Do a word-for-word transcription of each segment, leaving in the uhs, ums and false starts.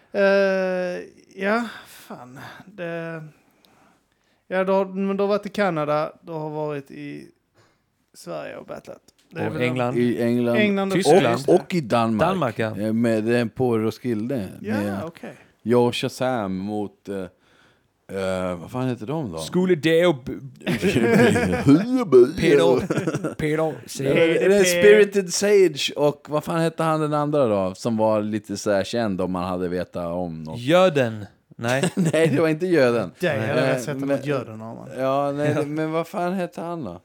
Uh, ja, fan. Det... Ja, då, men då har varit i Kanada. Då har varit i Sverige och battlat. Det är och England. En... I England. England och Tyskland. Och, och i Danmark. Danmark, ja. Med den på Roskilde. Ja, med okej. Okay. Jag och Shazam mot... Uh, Uh, vad fan heter de då? Skulle det och... Pedo. Pedo. Det är Spirited Sage och vad fan hette han den andra då? Som var lite så här känd om man hade vetat om något. Jöden. Nej. Nej, det var inte Jöden. Det jag hade uh, sett mot Jöden av man. Ja, nej, ja. Men vad fan hette han då?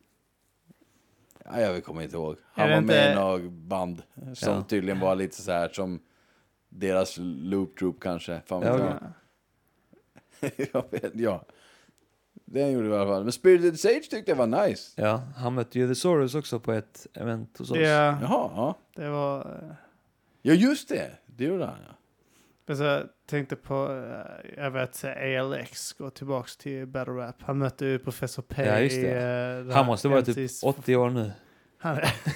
Ja, jag kommer inte ihåg. Han var inte... med i något band som ja. tydligen var lite så här som deras Loop Troop kanske. Fan ja, okay. jag vet, ja. Den gjorde i alla fall. Men Spirited Sage tyckte jag var nice. Ja, han mötte ju The Saurus också på ett event hos oss. Ja, jaha, ja. Det var... Ja, just det. Det gjorde han, ja. Men så jag tänkte på, jag vet, A L X, gå tillbaks till Battle Rap. Han mötte ju Professor P. Ja, just det. Uh, han måste vara typ åttio år nu. Han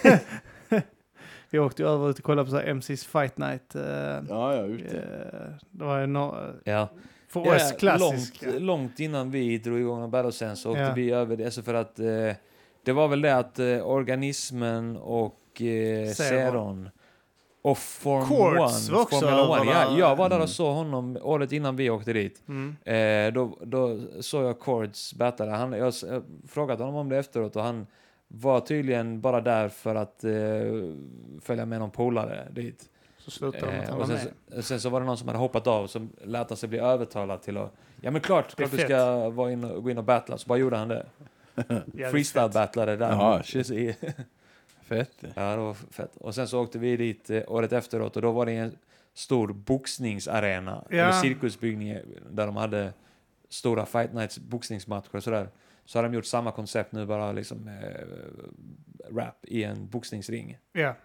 Vi åkte ju över och kollade på så här M C's Fight Night. Uh, ja, ja, just det. Uh, det var ju no- ja. För ja, oss klassiska. Långt, långt innan vi drog igång Battle sen så åkte ja. vi över det. Alltså för att uh, det var väl det att uh, organismen och uh, Seron och Form Quartz One, också Formula One. Ja, jag var där mm. och såg honom året innan vi åkte dit. Mm. Uh, då, då såg jag Quartz battla. Han, jag, jag frågade honom om det efteråt och han var tydligen bara där för att uh, följa med någon polare dit. Så slutade de att eh, och sen, så, sen så var det någon som hade hoppat av som lät han sig bli övertalad till att ja men klart, klart du ska vara in och, gå in och battla, så bara gjorde han det. Freestyle battlade där. Jaha, shit. Fett. Ja, det var fett. Och sen så åkte vi dit eh, året efteråt och då var det en stor boxningsarena, ja. eller cirkusbyggnad där de hade stora fight nights, boxningsmatcher och sådär. Så har de gjort samma koncept nu, bara liksom eh, rap i en boxningsring. Ja.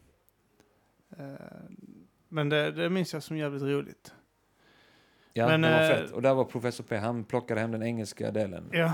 Uh, men det, det minns jag som jävligt roligt. Ja, men, det var uh, fett. Och där var Professor P. Han plockade hem den engelska delen. Ja.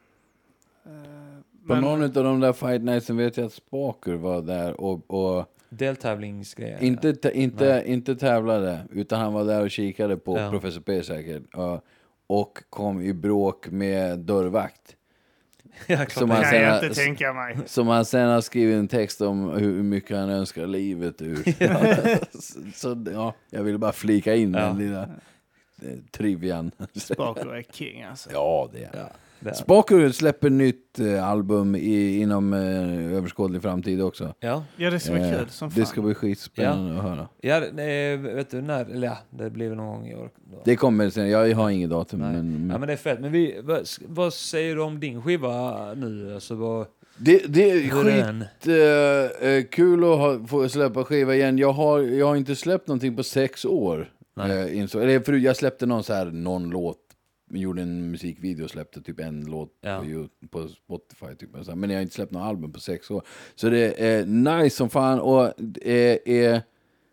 Uh, På men, någon av de där Fight Nightsen vet jag att Spaker var där och... och deltävlingsgrejer. Inte, ta, inte, inte tävlade, utan han var där och kikade på ja. Professor P säkert. Uh, och kom i bråk med dörrvakt. Ja, som han kan jag inte tänka mig. Som han sen har skrivit en text om hur mycket han önskar livet ur. Ja. så, så ja, jag vill bara flika in ja. den lilla eh, trivian. Spaker är king alltså. Ja, det är. Ja, det är. Spaker släpper nytt eh, album i, inom eh, överskådlig framtid också. Ja, ja det ska bli eh, kul som fan. Det ska bli skitspännande ja. att höra. Ja, det, vet du när, eller ja, det blir väl någon gång i år. Då. Det kommer sen, jag har inget datum. Men, men... Ja, men det är fett. Men vi, vad, vad säger du om din skiva nu? Alltså, vad, det, det är skit äh, kul att ha, få släppa skiva igen. Jag har, jag har inte släppt någonting på sex år. Äh, inså, eller för jag släppte någon så här, någon låt. Gjorde en musikvideo och släppte typ en låt ja. på, på Spotify typ. Men jag har inte släppt någon album på sex år. Så det är nice som fan. Och det är,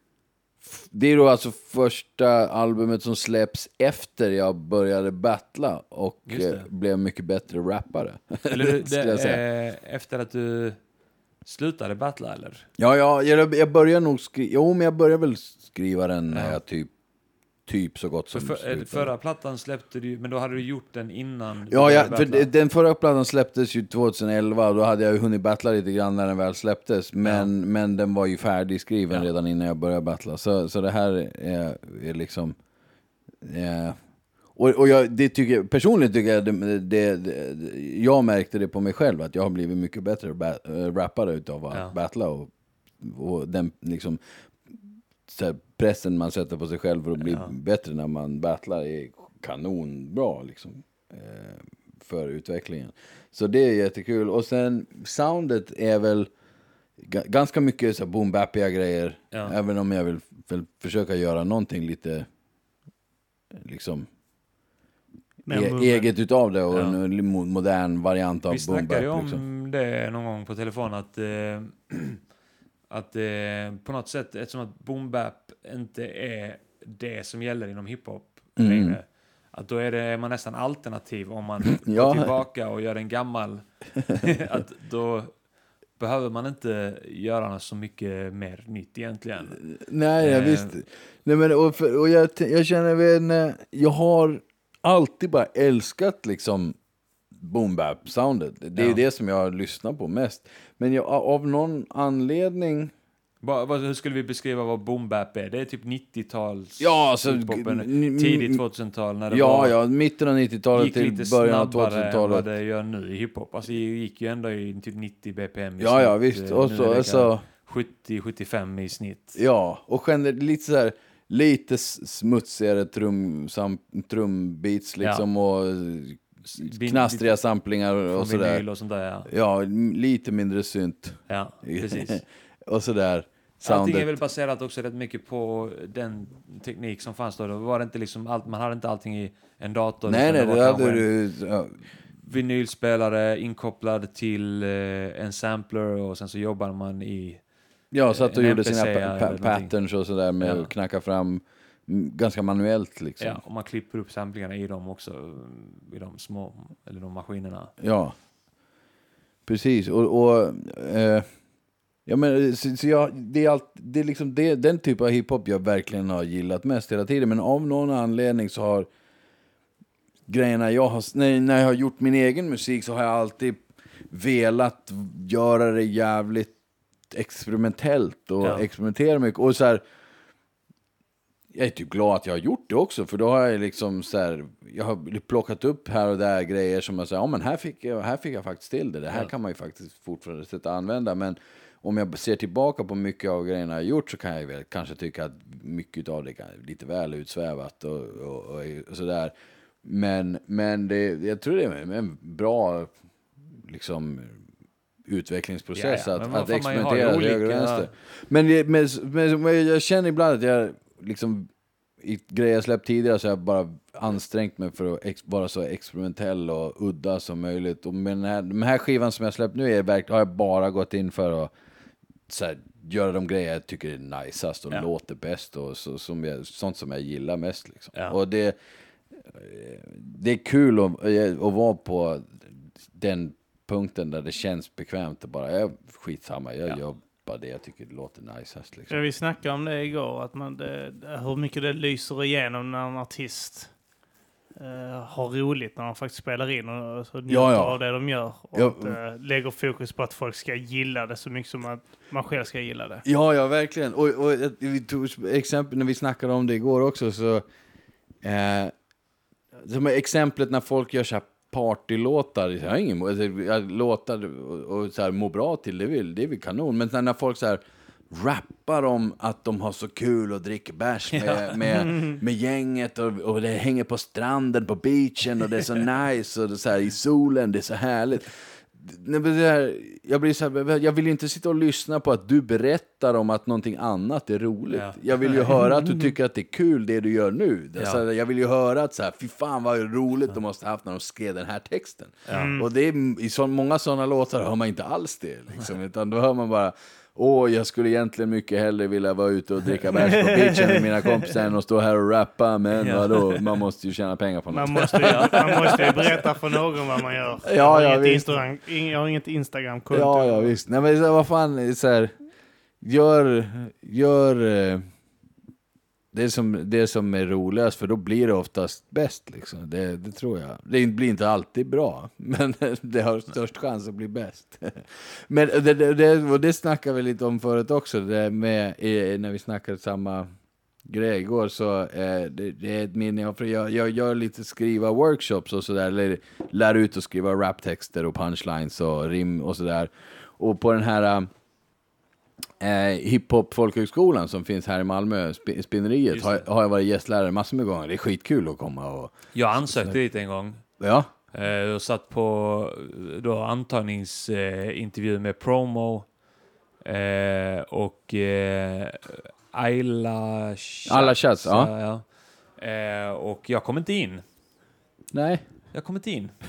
det är då alltså första albumet som släpps efter jag började battla. Och blev mycket bättre rappare. Eller det, det är efter att du slutade battla, eller? Ja, ja jag, jag började nog skriva. Jo, men jag började väl skriva den när ja. jag typ Typ så gott som för, för, förra plattan släppte du, men då hade du gjort den innan. Ja, ja för den förra plattan släpptes ju tjugoelva och då hade jag ju hunnit battla lite grann när den väl släpptes. Men, ja. men den var ju färdigskriven ja. redan innan jag började battla. Så, så det här är, är liksom... Är, och och jag, det tycker, personligen tycker jag det, det, det, jag märkte det på mig själv att jag har blivit mycket bättre bat, äh, rappare utav att ja. battla och, och den liksom... Så här, pressen man sätter på sig själv för att bli ja. bättre när man battlar är kanonbra liksom, eh, för utvecklingen. Så det är jättekul. Och sen soundet är väl g- ganska mycket så boom bappiga grejer. Ja. Även om jag vill, vill försöka göra någonting lite liksom e- eget utav det och ja. en modern variant av boom bap. Vi snackade ju om liksom. det någon gång på telefon att eh, att eh, på något sätt, eftersom att boom bap inte är det som gäller inom hiphop mm. längre, att då är det man nästan alternativ om man ja. går tillbaka och gör en gammal att då behöver man inte göra så mycket mer nytt egentligen. Nej, ja, eh. visst. Nej, men, och för, och jag, jag känner väl, jag har alltid bara älskat liksom boom bap soundet. Det är ja. ju det som jag lyssnar på mest. Men jag, av någon anledning... Ba, vad, hur skulle vi beskriva vad boom bap är? Det är typ nittio-tals ja, alltså, hiphopen, tidigt tvåtusental när det ja, var, ja, mitten av nittiotalet till början av tvåtusentalet. än vad det gör nu i hiphop. Alltså det gick ju ändå i typ nittio B P M i ja, snitt. Ja, visst. Och så, alltså, sjuttio till sjuttiofem i snitt. Ja, och generellt lite så här lite smutsigare trum, sam, trumbeats liksom ja. Och knastriga samplingar och sådär. Och sånt där, ja. Ja, lite mindre synt. Ja, precis. Och sådär. Soundet. Allting är väl baserat också rätt mycket på den teknik som fanns då. Då var det inte liksom allt, man hade inte allting i en dator. Nej, nej, det, det hade du... Ja. Vinylspelare inkopplad till eh, en sampler och sen så jobbade man i... Ja, så att du gjorde M P C sina pa- pa- patterns och sådär med ja. Att knacka fram ganska manuellt liksom. Ja, och man klipper upp samplingarna i dem också, i de små, eller de maskinerna. Ja, precis. Och... och eh, ja, men så, så jag, det är allt, det är liksom det, den typ av hiphop jag verkligen har gillat mest hela tiden, men av någon anledning så har grejerna jag har, när, när jag har gjort min egen musik så har jag alltid velat göra det jävligt experimentellt och ja. Experimentera mycket och så här, jag är typ glad att jag har gjort det också, för då har jag liksom så här, jag har plockat upp här och där grejer som jag säger, ja men här fick jag, här fick jag faktiskt till det, det här ja. Kan man ju faktiskt fortfarande sätta använda, men om jag ser tillbaka på mycket av grejerna jag gjort så kan jag väl kanske tycka att mycket av det är lite väl utsvävat och, och, och, och sådär. Men, men det, jag tror det är en bra liksom, utvecklingsprocess ja, ja. att, att experimentera till höger och vänster. Men, men, men, men jag känner ibland att jag liksom, i grejer jag släppt tidigare så har jag bara ansträngt mig för att ex- vara så experimentell och udda som möjligt. Och med den här, den här skivan som jag släppt nu är verkligen, har jag bara gått in för att så här, göra de grejer jag tycker är najsast och ja. Låter bäst och så, som jag, sånt som jag gillar mest liksom. Ja. Och det det är kul att, att vara på den punkten där det känns bekvämt och bara, jag skitsamma, jag ja. Gör bara det jag tycker det låter najsast liksom. Ja, vi snackade om det igår, att man det, hur mycket det lyser igenom när en artist Uh, har roligt när de faktiskt spelar in och så njuter ja, ja. Av det de gör och ja. Att, uh, lägger fokus på att folk ska gilla det så mycket som att man själv ska gilla det. Ja, ja, verkligen. Och, och vi tog exempel när vi snackade om det igår också, så eh, som exemplet när folk gör så här partylåtar, jag har ingen jag låtar och, och så här må bra till det vill det är väl kanon, men när folk så här rappar om att de har så kul och dricker bärs med, ja. med, med gänget och, och det hänger på stranden på beachen och det är så nice och det är så här, i solen, det är så härligt. Jag blir så här, jag vill ju inte sitta och lyssna på att du berättar om att någonting annat är roligt. Ja. Jag vill ju höra att du tycker att det är kul det du gör nu. Ja. Så här, jag vill ju höra att så här, fy fan vad roligt de måste ha haft när de skrev den här texten. Ja. Och det är, i så många sådana låtar hör man inte alls det liksom, utan då hör man bara, åh, jag skulle egentligen mycket hellre vilja vara ute och dricka bärs på beachen med mina kompisar än att stå här och rappa, men ja. Vadå, man måste ju tjäna pengar på något. Man måste ju, man måste ju berätta för någon vad man gör. Ja, jag, har ja, inget Instagram, jag har inget Instagram-konto. Ja, ja, visst. Nej, men vad fan, så här, gör, gör det som, det som är roligast, för då blir det oftast bäst liksom. Det, det tror jag. Det blir inte alltid bra, men det har störst chans att bli bäst. Men det, det, det, och det snackar vi lite om förut också, det med, när vi snackade samma grej igår, så eh, det, det är ett minne, för jag, jag gör lite skriva workshops och sådär, eller lär ut att skriva raptexter och punchlines och rim och sådär. Och på den här Eh, hiphop folkhögskolan som finns här i Malmö, sp- Spinneriet, har, har jag varit gästlärare massor med gånger. Det är skitkul att komma och... Jag ansökte dit en gång. Ja. Eh, och satt på då antagningsintervju eh, med Promo eh, och eh, Ayla Schatz. Alla Schatz, ja. ja. Eh, och jag kom inte in. Nej. Jag kom inte in.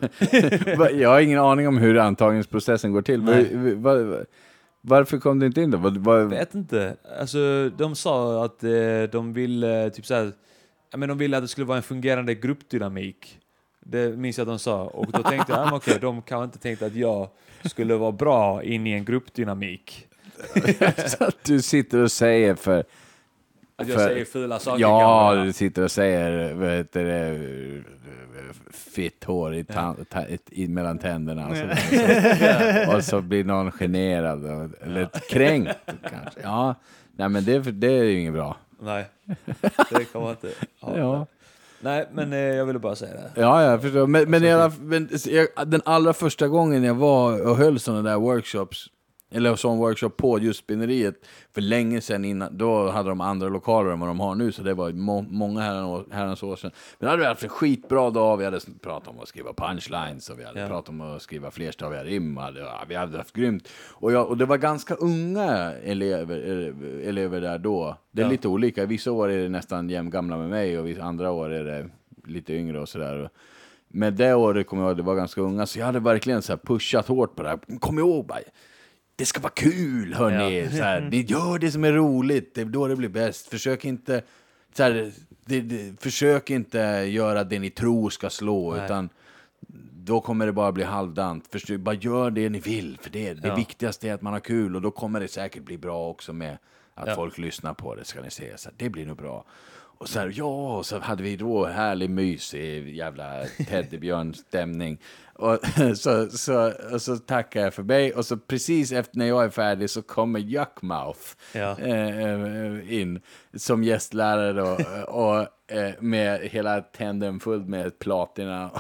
Jag har ingen aning om hur antagningsprocessen går till. Var, var, varför kom du inte in då? Var, var... Jag vet inte. Alltså, de sa att eh, de ville typ så här, ja, men de ville att det skulle vara en fungerande gruppdynamik. Det minns jag att de sa. Och då tänkte jag, ah, okej, okay, de kanske inte tänkte att jag skulle vara bra in i en gruppdynamik. Så att du sitter och säger för... Att jag för, säger fula saker. Ja, du sitter och säger vad heter det, fitt hår i ta, ta, i, mellan tänderna. Och så, så, och så blir någon generad. Och, eller kränkt kanske. Ja, nej, men det, det är ju inget bra. Nej, det kan man inte. Ja. Ja. Nej, men eh, jag ville bara säga det. Ja, jag förstår. Men, men, jag, men jag, den allra första gången jag var och höll sådana där workshops, eller sån workshop på just spinneriet för länge sedan innan, då hade de andra lokaler än vad de har nu, så det var må, många herrans år sedan. Men det hade varit en skitbra dag. Vi hade pratat om att skriva punchlines och vi hade ja. pratat om att skriva flerstaviga rim. Ja, vi hade haft grymt. Och, jag, och det var ganska unga elever, elever där då. Det är ja. lite olika. Vissa år är det nästan jämngamla med mig och vissa andra år är det lite yngre och sådär. Men det året kommer jag ihåg, det var ganska unga, så jag hade verkligen så här pushat hårt på det här. Kom ihåg bara, det ska vara kul, hörni. Ja. Så här, det gör det som är roligt. Det är då det blir bäst. Försök inte, så här, det, det, försök inte göra det ni tror ska slå. Nej. Utan då kommer det bara bli halvdant. Försök, bara gör det ni vill. För det, det ja. viktigaste är att man har kul. Och då kommer det säkert bli bra också med att ja. folk lyssnar på det. Ska ni se. Så här, det blir nog bra. Och så här, ja, och så hade vi då härlig mysig jävla teddybjörnstämning. Och så, så, och så tackar jag för mig. Och så precis efter när jag är färdig så kommer Yuckmouth ja. eh, in som gästlärare då, och eh, med hela tänden full med platina.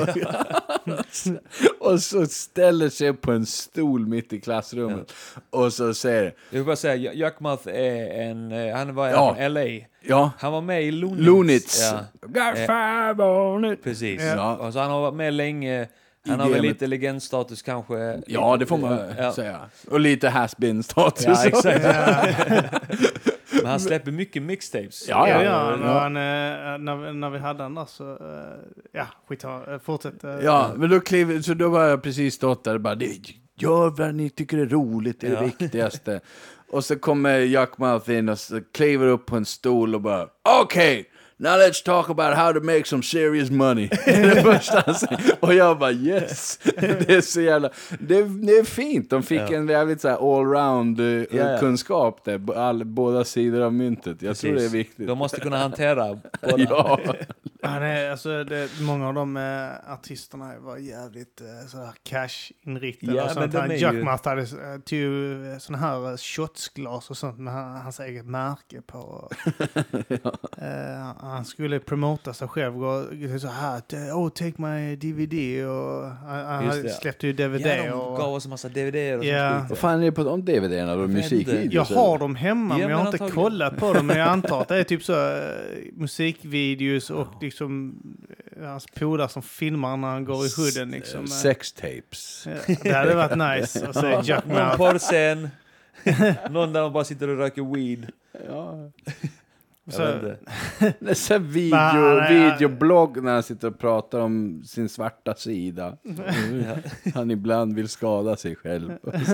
Och så ställer sig på en stol mitt i klassrummet. Ja. Och så säger... Jag vill bara säga, Yuckmouth är en... Han var ja. från L A. Ja. Han var med i Loonits. Loonits. Ja. Got five on it. Precis. Ja. Och så han har varit med länge... Han har väl lite legendstatus kanske. Ja, det får man ja. säga. Och lite has-been-status. Ja, exakt. Men han släpper mycket mixtapes. Ja, ja, ja. ja. Han, när, när vi hade den där så... Ja, skit, fortsätt. Ja, men då, kliv, så då var jag precis stått där och bara, det, gör vad ni tycker är roligt, det är ja. det viktigaste. Och så kommer Yuckmouth in och så kliver upp på en stol och bara, okej! Okay. Now let's talk about how to make some serious money. Det första han säger. Och jag bara, yes. Det är så jävla... Det, det är fint. De fick ja. en jävligt så här all-round uh, ja, ja. kunskap där. All, båda sidor av myntet. Jag Precis. tror det är viktigt. De måste kunna hantera båda. Ja. Ja, nej, alltså det, många av de eh, artisterna var jävligt eh, sådär cash-inriktade. Ja, och sånt. men Yuckmouth hade eh, tog sådana här eh, shotsglas och sånt med hans eget märke på. ja. eh, han skulle promota sig själv och så här, oh, take my D V D, och han släppte ju D V D. Ja, de och gav oss en massa D V D och ja. sånt. Vad fan är det på de D V D-erna då? Musikvideos? Jag har dem hemma, ja, men jag har inte antagligen. kollat på dem. Men jag antar att det är typ så uh, musikvideos och liksom hans polare som filmar när han går i hooden liksom. Sextapes. Ja, det hade varit nice att se Yuckmouth. Någon porrscen. Någon där man bara sitter och röker weed. Ja. Så, det är så video, bah, videoblogg när han sitter och pratar om sin svarta sida. Mm. Han ibland vill skada sig själv.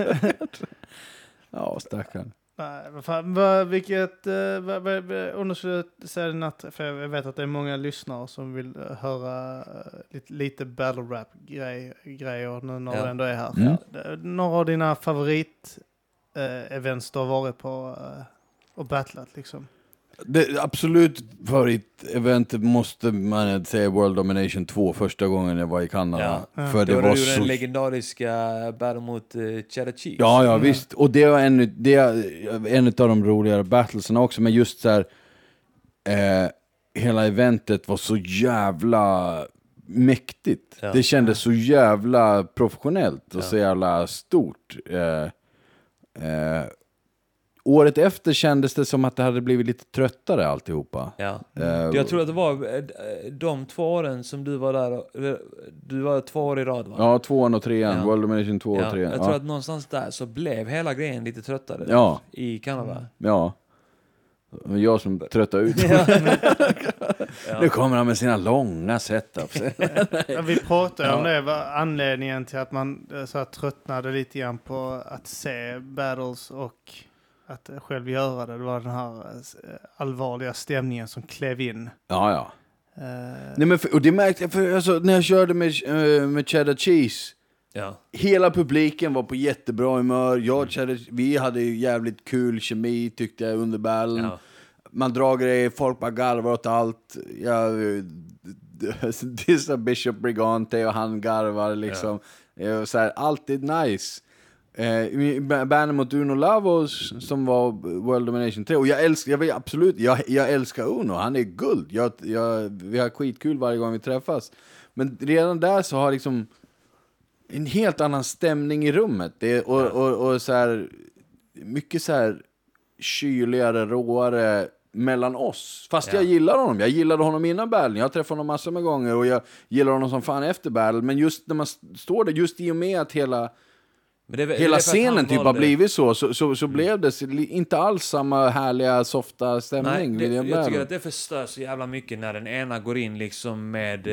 Ja, stackarn. Nej, vad fan, vad, vilket, uh, vad, vad, om du skulle säga det natt, för jag vet att det är många lyssnare som vill uh, höra uh, lite, lite battle rap grej, grejer nu när ja. du ändå är här. Mm. Ja, några av dina favorit uh, events du har varit på uh, och battlat liksom? Det absolut favorit-eventet måste man säga World Domination två, första gången jag var i Kanada. Ja. För det, det var, var så... den legendariska battle mot uh, Cheddar Cheese. Ja, ja, mm. visst. Och det var en, det är en av de roligare battlesarna också. Men just så här, eh, hela eventet var så jävla mäktigt. Ja. Det kändes så jävla professionellt och ja. så jävla stort. Eh, eh, Året efter kändes det som att det hade blivit lite tröttare alltihopa. Ja. Uh, jag tror att det var de två åren som du var där. Du var två år i rad, va? Ja, tvåan och trean. Ja. World Domination två ja. och trean. Jag ja. tror att någonstans där så blev hela grejen lite tröttare ja. i Kanada. Ja. Jag som tröttade ut. Ja. ja. Nu kommer han med sina långa setups. Ja, vi pratade ja. om det. Var anledningen till att man så här, tröttnade lite grann på att se battles och att själv göra det. Det var den här allvarliga stämningen som klev in. Ja, ja. Nej, men för, och det märkte jag för, alltså, när jag körde med, uh, med cheddar cheese. Ja. Hela publiken var på jättebra humör. Jag cheddar, vi hade ju jävligt kul kemi, tyckte jag, under ballen. Ja. Man drar grejer, folk bara garvar åt allt. Jag dissar Bishop Brigante och han garvar liksom. Ja. Så här, alltid nice. Eh, Bandet mot Uno Lavos som var World Domination tre, och jag älskar, jag vill absolut, jag, jag älskar Uno, han är guld. Jag, jag, vi har skitkul varje gång vi träffas. Men redan där så har liksom en helt annan stämning i rummet. Det är, och, ja. och, och, och så här, mycket så här kyligare, råare mellan oss. Fast ja. jag gillar honom. Jag gillade honom innan battle. Jag har träffat honom massor med gånger och jag gillar honom som fan efter battle. Men just när man står där, just i och med att hela Men det, hela det scenen typ har blivit så, så, så, så mm. blev det inte alls samma härliga, softa stämning. Nej, det, jag, jag tycker att det förstör så jävla mycket när den ena går in liksom med,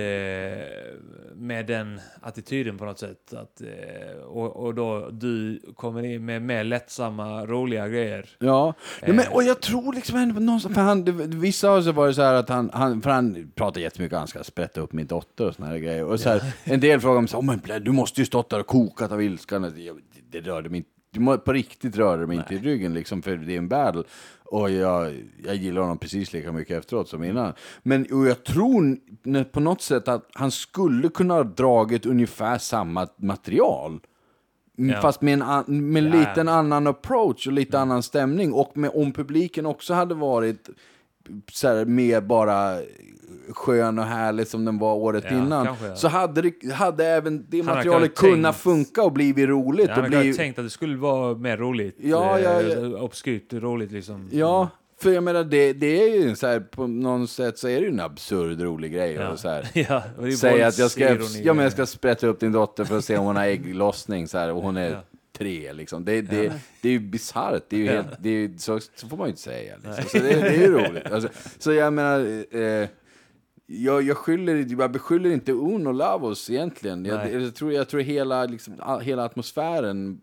med den attityden på något sätt. Att, och, och då du kommer in med mer lättsamma, roliga grejer. Ja, Nej, men, och jag tror liksom någonstans, för han, det, vissa av sig var det så här att han, han, för han pratar jättemycket, han ska sprätta upp min dotter och såna här grejer. Och så här, ja. En del frågar mig så, oh, men du måste ju stått där och kokat av ilskan. Det rörde mig inte, du på riktigt rörde mig inte i ryggen liksom, för det är en battle. Och jag, jag gillar honom precis lika mycket efteråt som innan. Men och jag tror på något sätt att han skulle kunna ha dragit ungefär samma material. Ja. Fast med en med ja. liten annan approach och lite mm. annan stämning. Och med, om publiken också hade varit så här, mer bara skön och härlig som den var året ja, innan, ja. så hade, det, hade även det han materialet kunnat tänkt, funka och blivit roligt. Ja, han och bli... tänkt att det skulle vara mer roligt. Ja, ja, ja. Eh, obskyrt, roligt liksom. Ja, för jag menar, det, det är ju så här, på något sätt så är det ju en absurd rolig grej. Ja. Och så här. Ja, och säga att jag ska, ja, men jag ska sprätta upp din dotter för att se om hon har ägglossning så här, och hon är ja. tre liksom. Det, det, ja. det är ju bizarrt. Det är ju ja. helt, det är, så, så får man ju inte säga. Liksom. Så det, det är ju roligt. Alltså, så jag menar... Eh, Jag, jag, skyller, jag beskyller inte Uno Lavos egentligen. Jag, jag tror, jag tror hela, liksom, all, hela atmosfären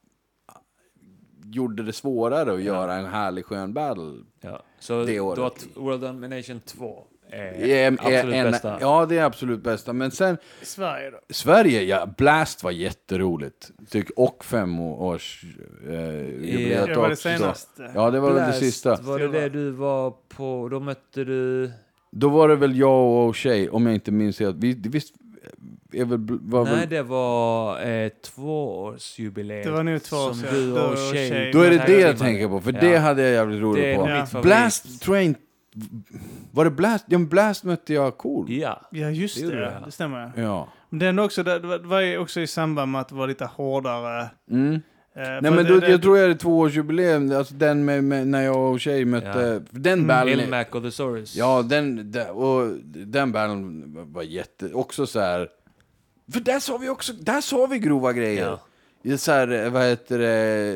gjorde det svårare att ja. göra en härlig skön battle. Ja. Så det året. Då att World Domination två är, är absolut en, bästa. Ja, det är absolut bästa. Men sen... Sverige då? Sverige, ja. Blast var jätteroligt. Tyck, och fem års eh, jubileet det var det senaste. Ja, det var Blast, väl det sista. Var det det du var på? Då mötte du... Då var det väl jag och O'Shea, om jag inte minns helt. Vi, visst, är väl, var Nej, väl... det var eh, tvåårsjubileet. Det var nu två år som du och O'Shea. Då är det det jag tänker på, för ja. det hade jag jävligt roligt på. Ja. Blast, tror jag inte... Var det Blast? Ja, Blast mötte jag cool. Ja, ja just det. Det, det, det stämmer. Ja. Men den också, det var ju också i samband med att det var lite hårdare... Mm. Uh, Nej, men det, då, det, jag tror jag det är tvåårsjubileum, alltså den med, med när jag och tjej mötte ja. den ballen. Mm. Mac och The Saurus. Ja, den den, och den ballen var jätte också så här. För där sa vi också, där sa vi grova grejer. Ja. Så här, vad heter det?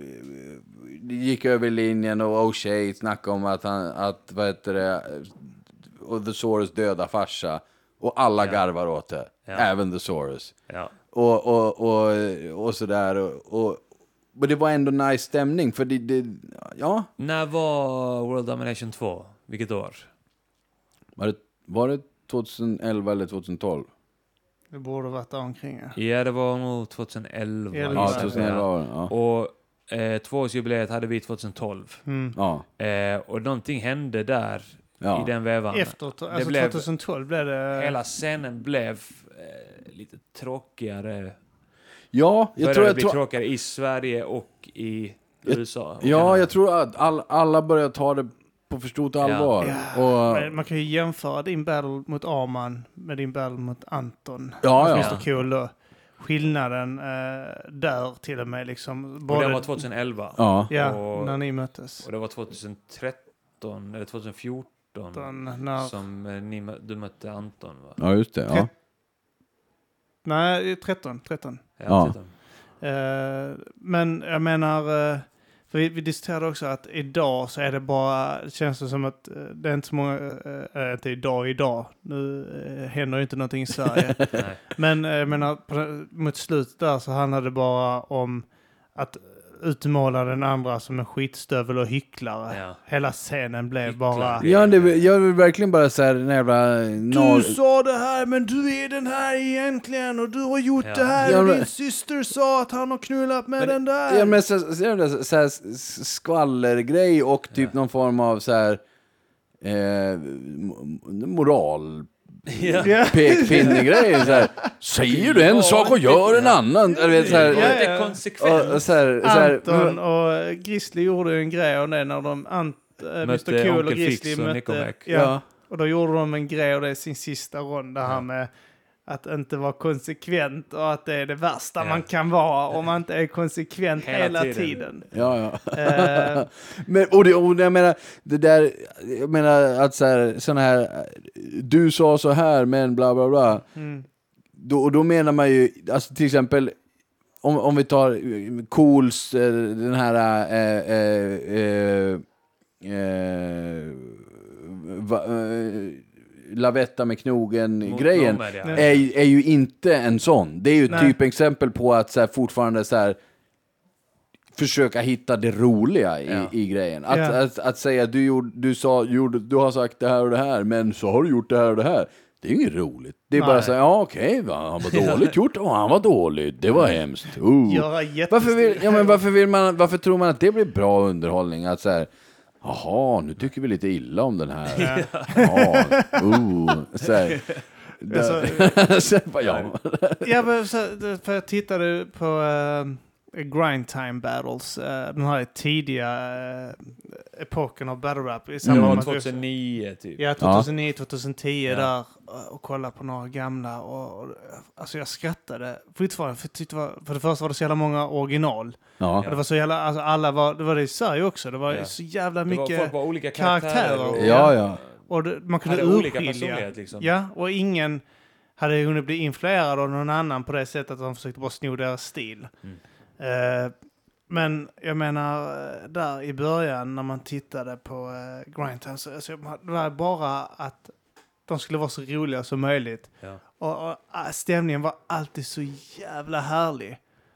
Det gick över linjen och O'Shea snackade om att han att vad heter det, och The Saurus döda farsa, och alla ja. garvar åt det. Ja. Även The Saurus. Ja. Och, och, och, och sådär och, och, och det var ändå nice stämning för det, det, ja. När var World Domination två? Vilket år? Var det, var det tjugoelva eller tjugotolv? Det borde ha varit där omkring. Ja, ja det var nog tjugoelva. Ja, tjugoelva. Ja. Och eh, tvåårsjubileet hade vi tjugotolv. Mm. Ja. Eh, och någonting hände där ja. i den vävan. Efter, alltså blev, tjugotolv blev det... Hela scenen blev eh, lite tråkigare. Ja, jag tror det jag blir tror... tråkigare i Sverige och i U S A. Ja, ja jag tror att all, alla börjar ta det på för stort allvar. Ja. Och... man kan ju jämföra din battle mot Arman med din battle mot Anton. Ja, ja. Det är så cool då. Skillnaden eh, där till och med liksom... Både... Och det var tjugoelva. Ja, ja och... när ni möttes. Och det var tjugotretton eller tjugofjorton när... som eh, ni, du mötte Anton, va? Ja, just det. Ja. Tre... Nej, tretton. tretton. Ja, ja. tretton. Uh, men jag menar, uh, för vi, vi diskuterade också att idag så är det bara, det känns det som att uh, det är inte så många, uh, inte idag, idag, nu uh, händer ju inte någonting i Sverige. Men jag uh, menar, på, mot slutet där så handlade det bara om att utmåla den andra som en skitstövel och hycklare. Ja. Hela scenen blev hycklare. bara... Ja, det, jag vill verkligen bara så här den jävla... Nar- du sa det här, men du är den här egentligen och du har gjort ja. det här ja, men... och din syster sa att han har knullat med men, den där. Ja, men så, så, så här skvallergrej och typ ja. någon form av så här eh, moral... Ja. Pekpinnegrejer så här. Säger du en sak och gör en annan. Jag vet, så här, ja, ja. Det är konsekvent. Och, och så här, så här, Anton och Grizzly gjorde en grej och det när de Ant, äh, mister Cool och Grizzly och mötte. Ja. Ja. Och då gjorde de en grej och det är sin sista runda här ja. med att inte vara konsekvent och att det är det värsta ja. man kan vara om man inte är konsekvent hela, hela tiden. tiden. Ja, ja. Uh, men, och, det, och jag menar, det där, jag menar att så här, såna här, du sa så här, men bla bla bla. Mm. Då, och då menar man ju, alltså till exempel, om, om vi tar Cools, den här, äh, äh, äh, va, äh, Lavetta med knogen grejen Nomad, ja. är, är ju inte en sån. Det är ju ett typ exempel på att så här, fortfarande så här, försöka hitta det roliga i, ja. i grejen. Att, ja. att, att, att säga du, gjorde, du, sa, gjorde, du har sagt det här och det här, men så har du gjort det här och det här. Det är ju inget roligt. Det är Nej. bara så här, ja okej, okay, han var dåligt gjort och han var dålig. Det var hemskt. Uh. Varför, vill, ja, men varför, vill man, varför tror man att det blir bra underhållning? Att så här, jaha, nu tycker vi lite illa om den här. Ja. Ja, uh, så här. Så, ja. ja, men så, för jag tittade på uh, Grind Time Battles, uh, den här tidiga uh, epoken av battle rap. I ja, tjugohundranio typ. Ja, tjugohundranio tjugohundratio ja. där och kolla på några gamla. Och, och, alltså jag skrattade fortfarande, för, för, var, för det första var det så jävla många original. Ja. Det var så jävla, alltså alla var, det var det i Sverige också, det var ja. så jävla mycket det var, var olika karaktärer. karaktärer. Ja, ja. Och det, man kunde urskilja. Liksom. Ja, och ingen hade hunnit bli influerad av någon annan på det sättet att de försökte bara sno deras stil. Mm. Uh, men jag menar, där i början när man tittade på uh, Grind Time, så alltså, det var bara att de skulle vara så roliga som möjligt. Ja. Och, och stämningen var alltid så jävla härlig.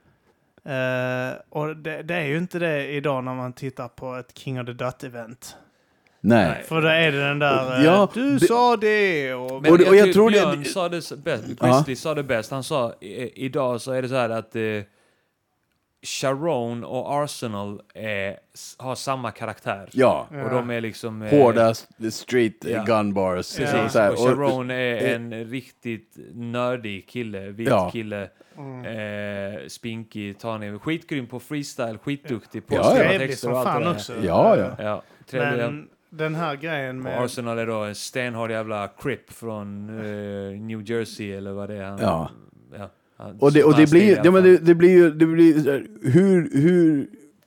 Uh, och det, det är ju inte det idag när man tittar på ett King of the Dot-event. Nej. För då är det den där, ja, du det, sa det. Och, men och, och jag, jag tror Björn det, sa det bäst, Grizzly sa det bäst. Han sa, i, idag så är det så här att eh, Sharon och Arsenal är, har samma karaktär. Ja. Och de är liksom... Eh, hårda street ja. gun bars. Ja. Så här. Och Sharon är en eh, riktigt nördig kille, vit ja. kille. Mm. Eh, spinkig, tanig, skitgrym på freestyle, skitduktig på ja, ja. texter och allt fan också. Ja, ja. ja men den här grejen med... Och Arsenal är då en stenhård jävla crip från eh, New Jersey eller vad det är. Han, ja. ja han, och det, och det blir ja, men det, det blir ju det blir hur hur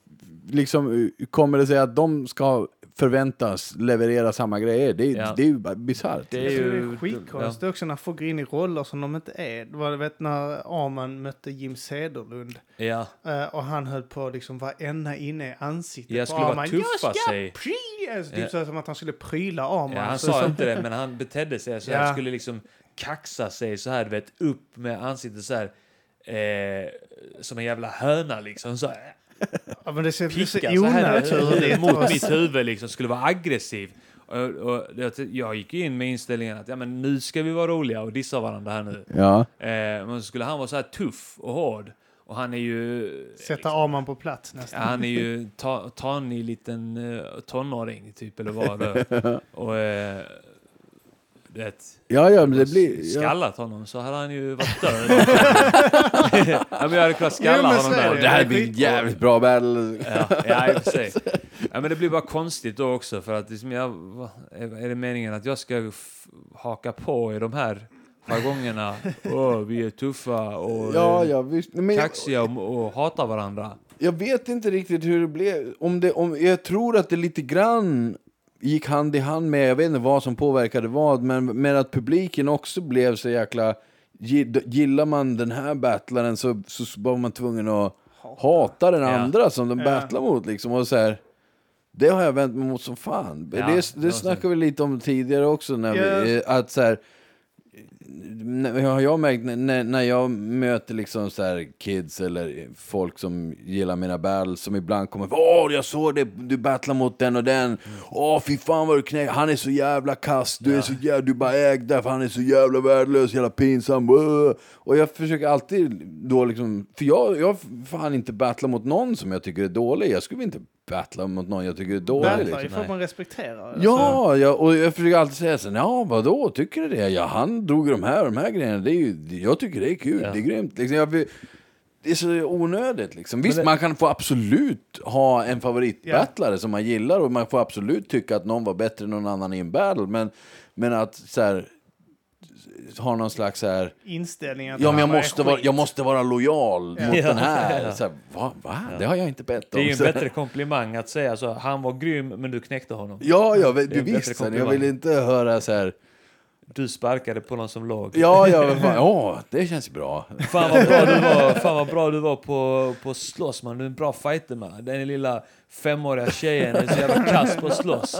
liksom kommer det sig att de ska förväntas leverera samma grejer? Det, ja. det är ju bara bisarrt. Det är ju skitkonstigt ja. också när folk går in i roller som de inte är. Det var, vet, när Arman mötte Jim Cederlund. Ja. Uh, och han höll på liksom varenda inne i ansiktet. Jag skulle på vara tuffa sig. Alltså, typ ja. så som att han skulle pryla Arman. Ja, han så, sa så. inte det, men han betedde sig så ja. han skulle liksom kaxa sig så här, du vet, upp med ansiktet så här eh, som en jävla höna liksom så här. Ja, men det ser picka så onaturligt mot mitt huvud liksom, skulle vara aggressiv. Och, och jag gick in med inställningen att ja, men nu ska vi vara roliga och dissa varandra här nu. Ja. Eh, men så skulle han vara så här tuff och hård. Och han är ju... Sätta liksom, Arman på plats nästan. Ja, han är ju ta, tanig liten uh, tonåring typ, eller vad det och uh, det, ja, ja, men det blir... Skallat ja. honom så hade han ju varit död. Ja, men jag hade kunnat skalla jo, honom där. Det, det här blir jävligt bra battle. Ja, ja, i och för sig. Ja, men det blir bara konstigt då också, för att liksom jag, är det meningen att jag ska f- haka på i de här jargongerna? Åh, vi är tuffa och ja, ja, visst. Men kaxiga och, och hatar varandra. Jag vet inte riktigt hur det blev. Om det, om, jag tror att det lite grann gick hand i hand med, jag vet inte vad som påverkade vad, men med att publiken också blev så jäkla, gillar man den här battlaren så, så var man tvungen att hata den andra ja. som de ja. battlar mot liksom, och så här, det har jag vänt mig mot som fan. Ja, det det snackade vi lite om tidigare också när ja. vi, att så här, har jag märkt när, när jag möter liksom så här kids eller folk som gillar mina battles som ibland kommer, åh jag såg det, du battlar mot den och den, åh fy fan vad du knä, han är så jävla kass, du ja. är så jävla, du bara ägd där för han är så jävla värdelös, jävla pinsam, och jag försöker alltid då liksom, för jag, jag fan inte battlar mot någon som jag tycker är dålig, jag skulle inte battla mot någon jag tycker är dålig. Battlar liksom. Får man respektera. Ja, jag, och jag försöker alltid säga så, ja vadå, tycker du det? Ja, han drog de här de här grejerna, det är ju, jag tycker det är kul, ja. det är grymt. Liksom, jag, det är så onödigt liksom. Visst, det... man kan få absolut ha en favoritbattlare ja. som man gillar och man får absolut tycka att någon var bättre än någon annan i en battle, men, men att så här, har någon slags så här inställning att ja, men jag måste vara jag måste vara lojal ja. mot ja. den här ja. så här, va, va? Ja. Det har jag inte bett om. Det är ju en bättre komplimang att säga så, han var grym men du knäckte honom. Ja, ja, du visste. Jag vill inte höra så här, du sparkade på någon som låg. Ja, ja, men fan, ja, det känns bra. Fan vad bra du var. Fan vad bra du var på på slåss, man. Du är en bra fighter, man. Den lilla femåriga tjejen är så jävla kass på slåss.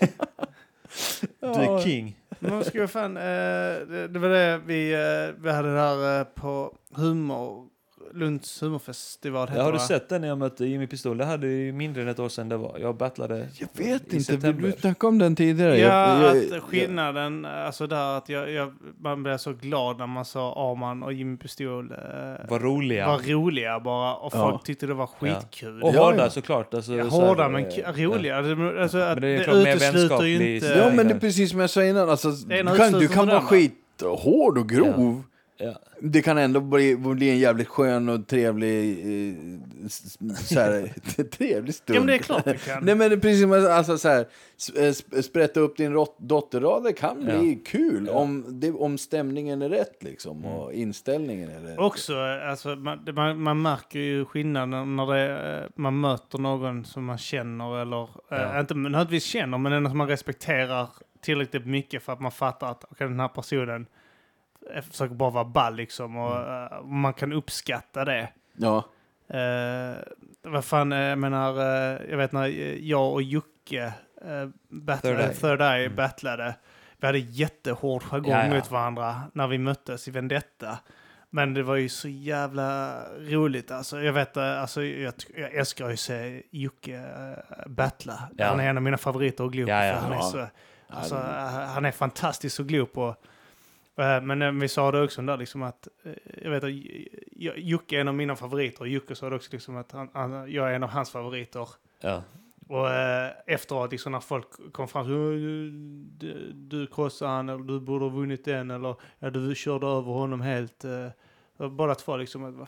Du är king. Men ska jag fan, eh, det, det var det vi, eh, vi hade där eh, på humor, Lunds humorfestival. Ja, har du sett den när jag mötte Jimmy Pistol? Det hade ju mindre än ett år sedan det var. Jag battlade Jag vet inte, vi snackade om den tidigare. Ja, jag, jag, att skillnaden, jag, alltså där att jag, jag, man blev så glad när man sa Arman och Jimmy Pistol eh, var roliga. Var roliga bara, och folk ja. tyckte det var skitkul. Ja. Och hårda ja. såklart. Alltså, ja, så hårda här, men k- roliga. Ja. Alltså, men det är det klart mer utesluter ju inte... Ja, men det är precis som jag sa innan. Alltså, du kan, du kan vara skit hård och grov. Ja. Ja. Det kan ändå bli, bli en jävligt skön och trevlig eh, så här, trevlig stund. Ja, men det är klart det kan. Nej, men det är precis som alltså, så här, sprätta upp din rot- dotterrad, det kan bli ja. kul ja. Om, det, om stämningen är rätt liksom, mm. och inställningen är rätt. Också, alltså, man, man, man märker ju skillnaden när det, man möter någon som man känner eller, ja. äh, inte nödvändigtvis känner, men ändå som man respekterar tillräckligt mycket för att man fattar att okay, den här personen försöker bara vara ball liksom, och mm. uh, man kan uppskatta det. Ja. Uh, vad fan, jag menar, uh, jag vet när jag och Jocke uh, battlade, Third Eye, Third Eye mm. battlade. Vi hade jättehård jargong ja, ja. mot varandra när vi möttes i Vendetta. Men det var ju så jävla roligt. Alltså, jag vet, alltså, jag, jag älskar ju att se Jocke uh, battla. Ja. Han är en av mina favoriter att glo på. Ja, ja, han, ja. Är så, alltså, ja, han är fantastisk att glo på. Men vi sa det också där liksom att jag vet att Jocke är en av mina favoriter och Jocke sa det också liksom att han, han, jag är en av hans favoriter. Ja. Och eh, efteråt liksom när folk kom fram du, du, du krossade han eller du borde ha vunnit den eller ja, du körde över honom helt. Eh, båda två liksom att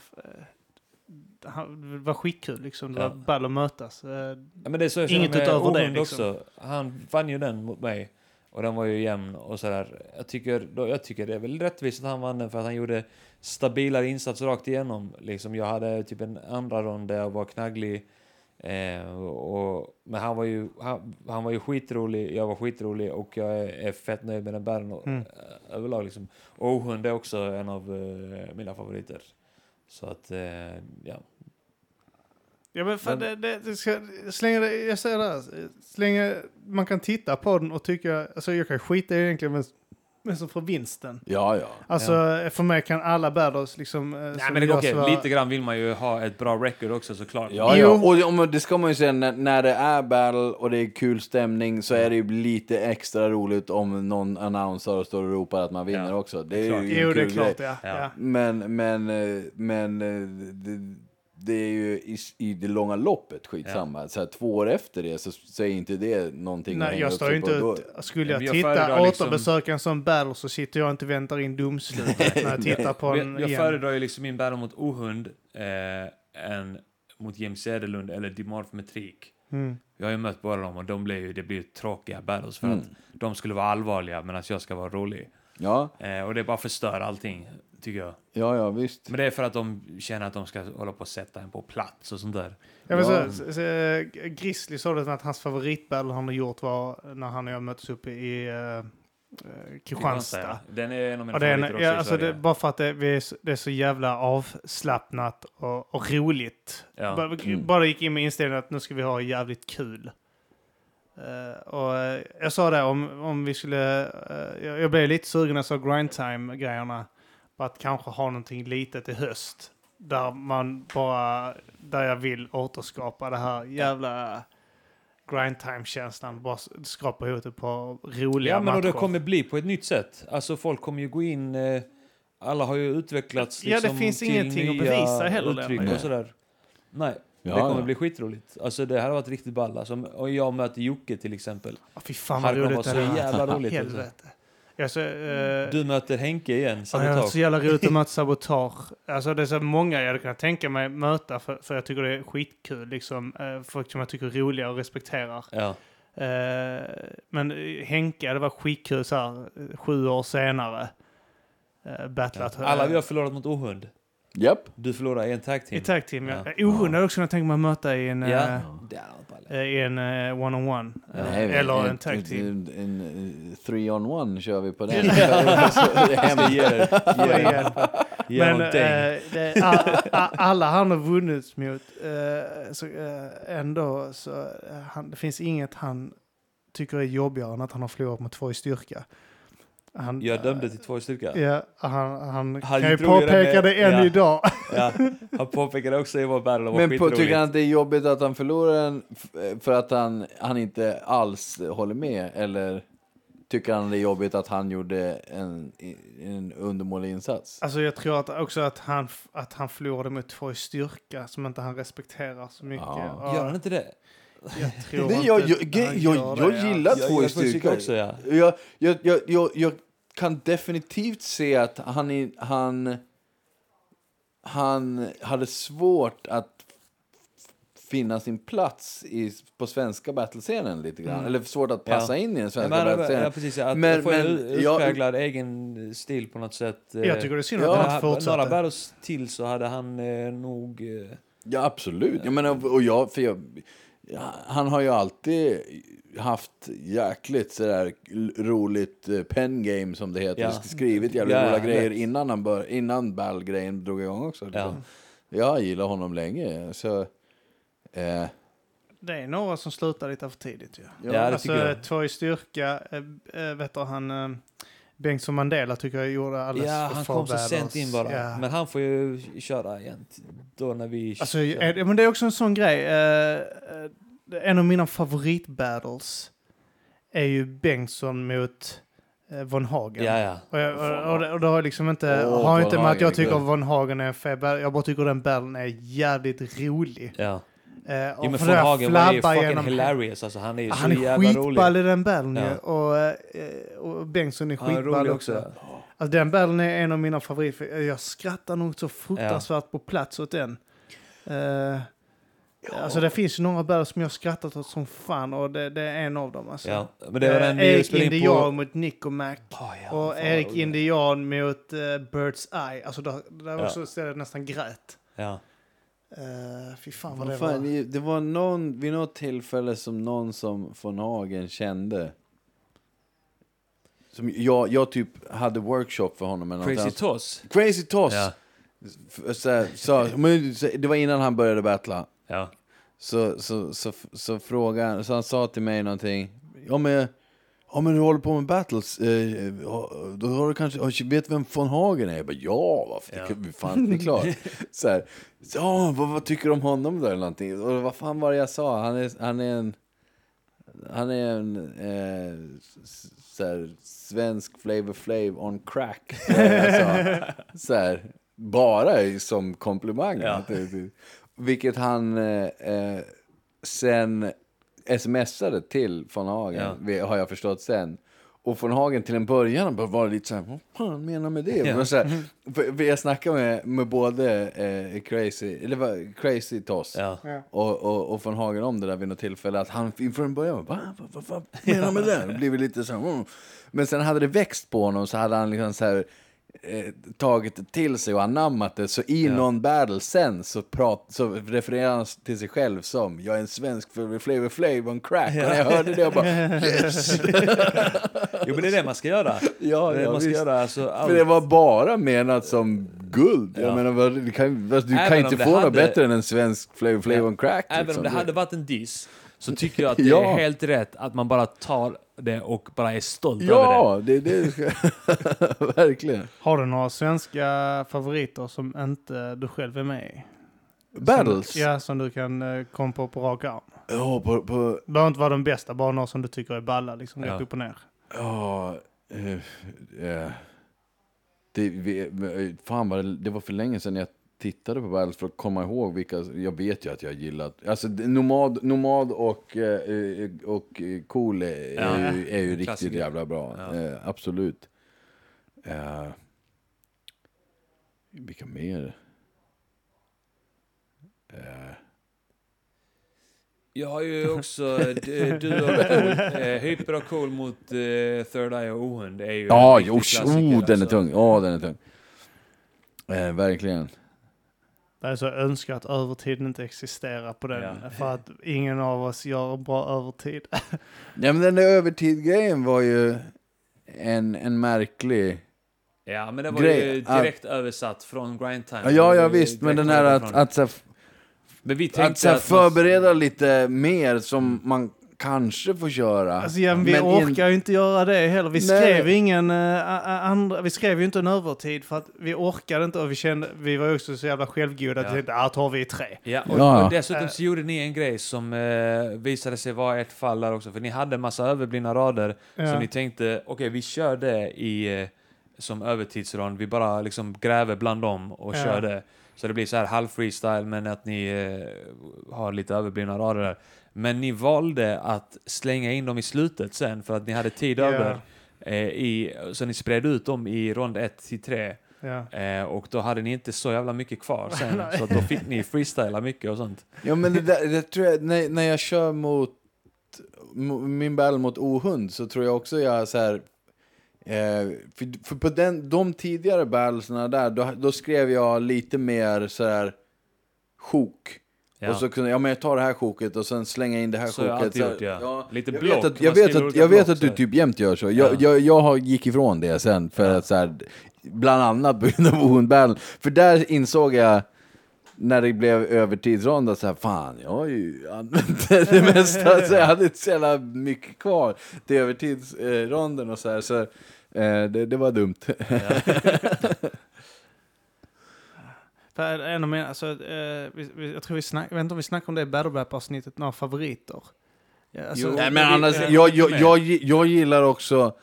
eh, det var skitkul liksom. Det ja. var ball att mötas. Eh, ja, men det är så inget utöver det liksom. Också. Han vann ju den mot mig. Och den var ju jämn och sådär. Jag tycker, då, jag tycker det är väl rättvist att han vann den för att han gjorde stabilare insatser rakt igenom. Liksom, jag hade typ en andra rond där jag var knagglig. Eh, och, men han var, ju, han, han var ju skitrolig, jag var skitrolig och jag är, är fett nöjd med den bären och, mm. äh, överlag. Liksom. Och Ohund är också en av äh, mina favoriter. Så att, äh, ja. Ja, men fan, det, det, det ska, så länge det, jag säger det här, så länge man kan titta på den och tycka, alltså jag kan skita egentligen med, med som för vinsten. Ja, ja. Alltså ja. för mig kan alla battles liksom... Nej, men det går okej. Lite grann vill man ju ha ett bra record också såklart. Ja, ja. Och, och det ska man ju säga, när, när det är battle och det är kul stämning så är det ju lite extra roligt om någon annonser står och ropar att man vinner ja. också. Det är klart. ju jo, en det är kul klart, grej. ja. ja. Men, men, men det, det är ju i, i det långa loppet skitsamma. Ja. Så här, två år efter det så, så är inte det någonting. Nej, jag står inte ut. Skulle jag, jag titta återbesöka liksom... en sån battle så sitter jag inte och väntar in domslutet när jag tittar på en Jag, jag föredrar ju liksom min battle mot Ohund eh, än mot James Cederlund eller Dimorf Metrik. Mm. Jag har ju mött båda dem och de blir ju, det blir ju tråkiga battles för mm. att de skulle vara allvarliga medan jag ska vara rolig. Ja. Eh, och det bara förstör allting, tycker jag. Ja, ja, visst. Men det är för att de känner att de ska hålla på att sätta en på plats och sånt där. Jag vill ja. så, så, Grizzly sa det att hans favoritbattle han har gjort var när han och jag möttes upp i uh, Kristianstad. Ja. Den är en av mina och favoriter också ja, alltså det, bara för att det, det är så jävla avslappnat och, och roligt. Ja. Bara, mm. bara gick in med inställningen att nu ska vi ha jävligt kul. Uh, och uh, jag sa det, om, om vi skulle... Uh, jag, jag blev lite sugen när jag sa grindtime-grejerna. På att kanske ha någonting litet i höst. Där man bara... Där jag vill återskapa det här jävla grindtime-känslan. Bara skrapa ihop det på roliga Ja, men matcher. och det kommer bli på ett nytt sätt. Alltså folk kommer ju gå in... Uh, alla har ju utvecklats liksom, ja, det finns ingenting att bevisa heller. Uttryck och sådär. Nej. Ja, det kommer ja. bli skitroligt. Alltså det här har varit riktigt ball. Alltså, och jag möter Jocke till exempel. Oh, fy fan vad roligt det är. Så jävla roligt. Helvete. Alltså, uh, du möter Henke igen, Sabotage. Ja, så jävla roligt att möta Sabotage. Alltså det är så många jag hade kunnat tänka mig möta för, för jag tycker det är skitkul. Liksom, uh, folk som jag tycker är roliga och respekterar. Ja. Uh, men Henke, det var skitkul så här, sju år senare. Uh, battlat. Ja. Alla vi har förlorat mot Ohund. Japp. Du förlorar i en tag team. I tag team, ja. ja. Ohund hade också kunnat tänka mig att möta i en, ja. uh, i en uh, one-on-one. Ja. Nej, eller en, en tag team. En, en, en three-on-one kör vi på den. Men uh, det, a, a, alla han har vunnit mot. Uh, så, uh, ändå så uh, han, det finns inget han tycker är jobbigare än att han har förlorat med två i styrka. Han, jag dömde till två i styrka. Ja, han, han, han kan ju påpeka det än ja. idag. Ja, han påpekade också i vår battle. Men på, tycker han att det är jobbigt att han förlorar en för att han, han inte alls håller med? Eller tycker han det är jobbigt att han gjorde en, en undermålig insats? Alltså jag tror att också att han, att han förlorade mot två i styrka som inte han respekterar så mycket. Ja. Ja. Gör han inte det? Jag tror det, inte jag, jag, jag, jag, jag gillar ja. två i styrka också, ja. jag, jag, jag, jag, jag kan definitivt se att han, är, han, han hade svårt att finna sin plats i, på svenska battlescenen lite grann. Mm. Eller svårt att passa ja. in i den svenska ja, battlescenen. Ja, precis. Att men, få men, en utpräglad jag, egen stil på något sätt. Jag tycker det är synd att han fortsatte. Några battles till så hade han eh, nog... Eh, ja, absolut. Jag menar, och jag... För jag Ja, han har ju alltid haft jäkligt sådär roligt pen game som det heter. Ja. Skrivit jävligt ja, roliga grejer vet. innan han bör, innan ball-grejen drog igång också. Ja. Jag gillar honom länge. Så, eh. Det är några som slutar lite för tidigt. Ja. Ja, det alltså två i styrka. Äh, vet du, han... Äh, Bengtsson Mandela tycker jag gjorde alldeles ja, för han kom så sent in bara. Ja. Men han får ju köra igen då när vi... Alltså, är, men det är också en sån grej. Uh, uh, en av mina favoritbattles är ju Bengtsson mot uh, Von Hagen. Ja, ja. Och, jag, och, och, och det har liksom inte... Oh, har inte med att jag tycker Von Hagen är en fel. Jag bara tycker den battlen är jävligt rolig. Ja. Uh, jo, men Von Hagen var ju fucking genom... hilarious. Alltså, han är ju så han är jävla rolig. skitball i den battlen. Ja. Och, uh, och Bengtsson är skitball är också. också. Alltså, den battlen är en av mina favoriter. Jag skrattar nog så fruktansvärt ja. på plats åt den. Uh, ja. Alltså det finns ju några battles som jag skrattat åt som fan. Och det, det är en av dem. Alltså. Ja. Men det var den uh, Erik Indian på... mot Nico Mac. Oh, ja, och Erik roligt. Indian mot uh, Bird's Eye. Alltså där, där ja. också stället nästan grät. Ja. Uh, fy fan vad det fan, var. Det var någon, vid något tillfälle som någon som Von Hagen kände. Som jag, jag typ hade workshop för honom. Eller Crazy Toss. Crazy Toss. Ja. Så, så, men det var innan han började battla. Ja. Så, så, så, så, så frågan, så han sa till mig någonting. Ja men, ja, men du håller på med battles. Eh, då har du kanske, vet vem Von Hagen är? Jag bara, ja, varför? Ja. Det, fan, det är klart. Så här, ja, vad, vad tycker du om honom då eller någonting? Och vad fan var det jag sa? Han är, han är en, han är en eh, så här, svensk Flavor Flav on crack. Alltså, så här, bara som komplimang. Ja. Vilket han eh, sen smsade till Von Hagen, ja. har jag förstått sen. Och Von Hagen till en början bara var lite så här, vad fan menar med det? Ja. Så här, för, för jag snackade med, med både eh, Crazy, eller var, Crazy Toss ja. och, och, och Von Hagen om det där vid något tillfälle. Att han inför en början, vad va, va, va, menar med det? Det blev lite så här, mm. Men sen hade det växt på honom så hade han liksom så här eh, tagit det till sig och anammat det. Så i ja. någon battle sen så, prat, så refererar han till sig själv som jag är en svensk för Flavor Flav on crack. Ja. Och när jag hörde det jag bara yes! Jo men det är det man ska göra. Ja, det är ja, man ska göra alltså, allt. För det var bara menat som guld. Ja. Jag menar, du kan, du kan inte få något bättre än en svensk Flavor Flav on crack. Även liksom. om det hade varit en diss så tycker jag att det ja. är helt rätt att man bara tar det och bara är stolt ja, över det. Ja, det är det. Verkligen. Har du några svenska favoriter som inte du själv är med i? Battles? Som, ja, som du kan uh, komma på på rak arm. Ja, på... på... Det behöver inte vara de bästa, bara några som du tycker är balla, liksom, ja. rätt upp och ner. Ja, uh, uh, det, vi, fan vad det, det var för länge sedan jag tittade på Battles för att komma ihåg vilka, jag vet ju att jag gillat, alltså Nomad, Nomad och, uh, och Cool är, ja. är, ju, är ju riktigt Klassiker. Jävla bra, ja. uh, absolut. Uh, vilka mer? Uh, Jag har ju också du, du och cool, eh, Hyper och Cool mot eh, Third Eye och Ohund är ju ja, jo, oh, den är tung. Ja, den är tung. Eh, verkligen. Det är så önskat att övertiden inte existerar på den. Ja. För att ingen av oss gör bra övertid. Ja, men den där övertid-grejen var ju en, en märklig... Ja, men det var grej. ju direkt att, översatt från Grind Time. Ja, ja visst. Men den här att... att, att, att Men vi tänkte att, så här, att förbereda man... lite mer som man kanske får köra. Alltså, ja, vi men orkar in... ju inte göra det heller. Vi skrev Nej. ingen uh, andra, vi skrev ju inte en övertid för att vi orkade inte och vi kände, vi var ju också så jävla självgoda att ja. att tar vi tre. Ja, och, ja. och dessutom så gjorde ni en grej som uh, visade sig vara ett fall där också, för ni hade en massa överblivna rader ja. Så ni tänkte, okej okay, vi kör det i uh, som övertidsrond, vi bara liksom gräver bland dem och ja. kör det. Så det blir så här halv freestyle men att ni eh, har lite överblivna rader där. Men ni valde att slänga in dem i slutet sen för att ni hade tid yeah. över. Eh, i, så ni spred ut dem i rond ett till tre. Yeah. Eh, och då hade ni inte så jävla mycket kvar sen. Så då fick ni freestyla mycket och sånt. Ja, men det, där, det tror jag, när, när jag kör mot min battle mot Ohund så tror jag också jag så här... Eh, för, för på den, de tidigare battlesna där då, då skrev jag lite mer så här sjok ja. Och så kunde jag, men jag tar det här sjoket och sen slänga in det här så sjoket så här, ja. Ja, lite jag block vet att, jag vet att, jag vet att du typ jämt gör så. Jag, ja. jag, jag har gick ifrån det sen för ja. att så här, bland annat på grund av Ohund battle, för där insåg jag när det blev övertidsronda så här, fan, jag har ju använt det mesta, så jag hade inte så jävla mycket kvar till övertidsronden och så här, så eh, det, det var dumt. Ja. För en av mina, alltså, eh, vi, vi, jag tror vi snack, jag vet inte om vi snackar om det i Battle Rap-avsnittet, några favoriter. Ja, alltså, jo, nej, men annars, vi, jag, jag, jag, jag gillar också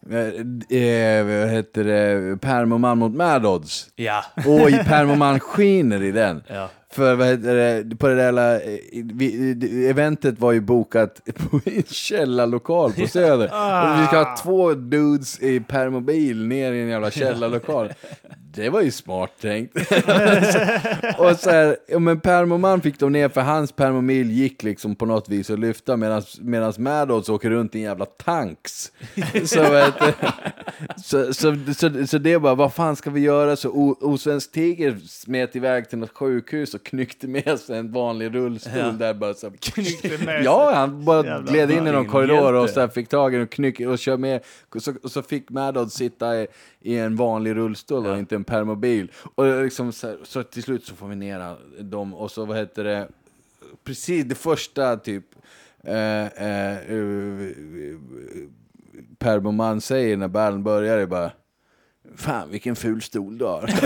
Eh, vad heter det? Permoman mot Mad Odds. Ja. Och i Permoman skiner i den. Ja. För vad heter det? På det där vi, eventet var ju bokat på en källarlokal på Söder. Ah. Och vi ska ha två dudes i permobil ner i en jävla källarlokal. Det var ju smart tänkt. Och så här, ja, men Permoman fick de ner för hans permobil gick liksom på något vis att lyfta medan Mad Odds åker runt i en jävla tanks. Så, vet du, så, så, så, så det bara, vad fan ska vi göra? Så o, Osvensk Tiger smet iväg till något sjukhus och knyckte med sig en vanlig rullstol ja. där bara så knyckte med ja, han bara jävla gled in i någon korridor och så här fick tag i och knyck och kör med så, och så fick Mad Odds sitta i, i en vanlig rullstol ja. och inte en permobil och liksom så, så till slut så får vi ner dem och så vad heter det precis det första typ eh, eh, uh, Permoman säger när bärlen börjar är bara fan vilken ful stol du har.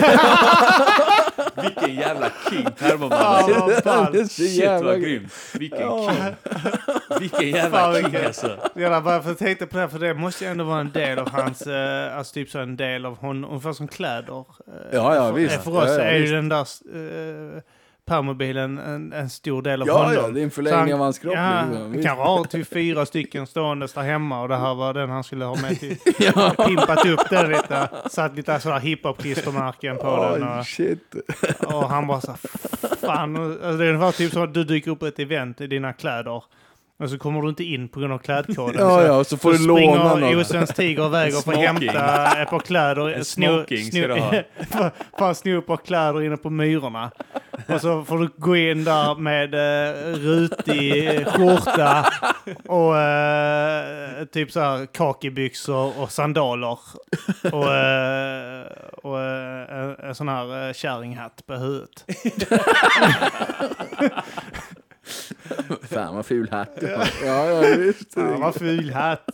Vilken jävla king Permoman. Ja, vad shit vad grymt. Vilken ja. king. Vilken jävla fan, king vilken. Alltså. Jag bara för tänkte på det, för det måste ju ändå vara en del av hans uh, alltså typ så en del av honom ungefär som kläder. Uh, ja ja för, visst. För oss ja, ja, är ju visst. den där uh, permobilen en, en stor del av ja, honom. Ja, det är en förlängning av hans kropp. Ja, han kan ha typ fyra stycken stående där hemma och det här var den han skulle ha med till. ja. Pimpat upp den lite, satt lite sådär hiphop-klistermärken på oh, den. Och, shit. och han bara så fan, alltså det var typ som att du dyker upp på ett event i dina kläder. Och så kommer du inte in på grund av klädkoden. Ja, ja, så får så du låna något. Så springer Osvensk Tiger iväg och får hämta ett par kläder. En smoking ska du ha. Får sno upp ett par kläder inne på myrorna. Och så får du gå in där med uh, rutig skjorta och uh, typ så här kakibyxor och sandaler. Och, uh, och uh, en sån här uh, kärringhatt på huvudet. Fan vad ful hatt. Ja, ja, ja visst. Fan vad ful hatt.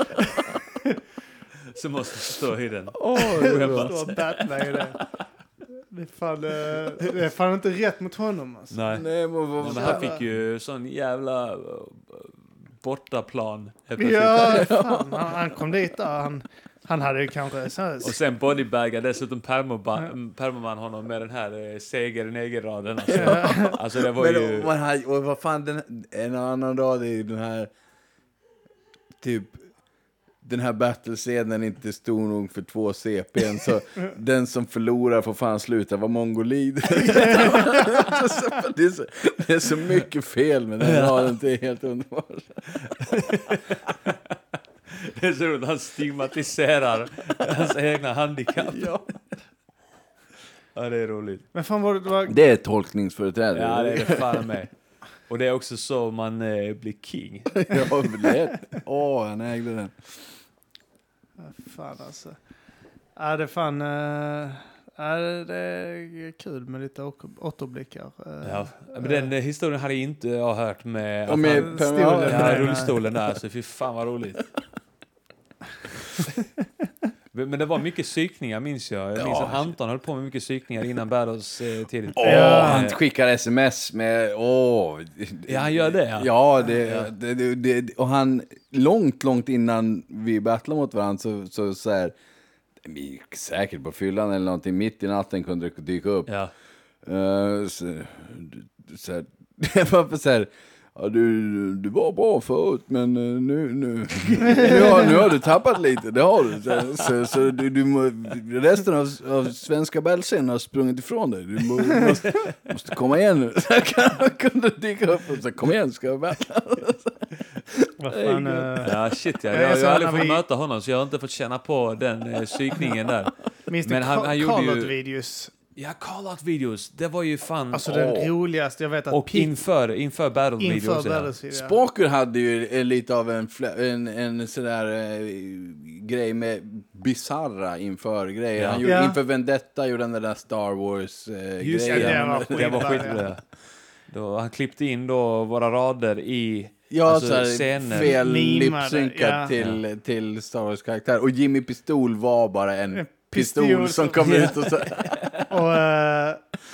Så måste du stå i den. Åh, det var Stå och battla i det. Det är, fan, det är fan inte rätt mot honom alltså. Nej. Nej, men, vad, Nej, men han fick ju sån jävla uh, bortaplan. Ja, fan. Han, han kom dit där. Han, han hade ju kanske... Så här, och sen bodybaggar dessutom permoman, permoman honom med den här eh, seger-neger-raden. Alltså. Ja. alltså det var men, ju... man har, och vad fan, den, en annan rad är den här typ den här battle-scenen inte stor nog för två C P:n, så den som förlorar får fan sluta vara mongolid. det, är så, det är så mycket fel med den raden, det är helt underbart. Det är så roligt, han stigmatiserar hans egna handikapp. ja. Ja, det är roligt. Men fan var det... Var... Det är tolkningsföreträde. Ja, det är det fan med. Och det är också så man eh, blir king. ja, det. Åh, han ägde den. Ja, fan alltså. Ja, det är fan... Uh... Ja, det är kul med lite återblickar. Ja, men den uh, historien hade jag inte jag hört med, och med han, stolen, ja, rullstolen där, så fy fan vad roligt. Men det var mycket psykningar, minns jag. Jag minns ja. att Anton höll på med mycket psykningar innan Battles eh, tidigt. Åh, ja. Han skickar sms med... Åh. Ja, han gör det. Ja, ja, det, ja. Det, det, det, och han... Långt, långt innan vi battlade mot varandra så, så, så här... Vi gick säkert på fyllan eller någonting. Mitt i natten kunde det dyka upp. Ja. Uh, så, så här, det var så här... Ja, du, du var bra förut, men nu, nu, nu, har, nu har du tappat lite, det har du. Så, så, så du, du må, resten av, av svenska bälsen har sprungit ifrån dig. Du må, måste, måste komma igen nu. Så kan, kunde dyka upp och så kom igen, ska jag battla. Vad fan, äh... Ja, shit, ja. Jag, jag, jag har aldrig fått vi... möta honom, så jag har inte fått känna på den eh, psykningen där. Minns men han, han gjorde ju... videos. Ja, call-out-videos. Det var ju fan... Alltså den oh. roligaste, jag vet att... Och Pip... inför, inför battle-videos. Ja. Sparker hade ju lite av en, en, en sådär äh, grej med bizarra inför grejer. Ja. Han gjorde, ja. Inför Vendetta gjorde den där Star Wars-grejen. Just äh, det, det var skit. Det var skit ja. Då, han klippte in då våra rader i... Ja, alltså, såhär, scener. fel lipsynkat ja. till, ja. till Star Wars-karaktär. Och Jimmy Pistol var bara en... Pistol, pistol som kom yeah. ut och så. och uh,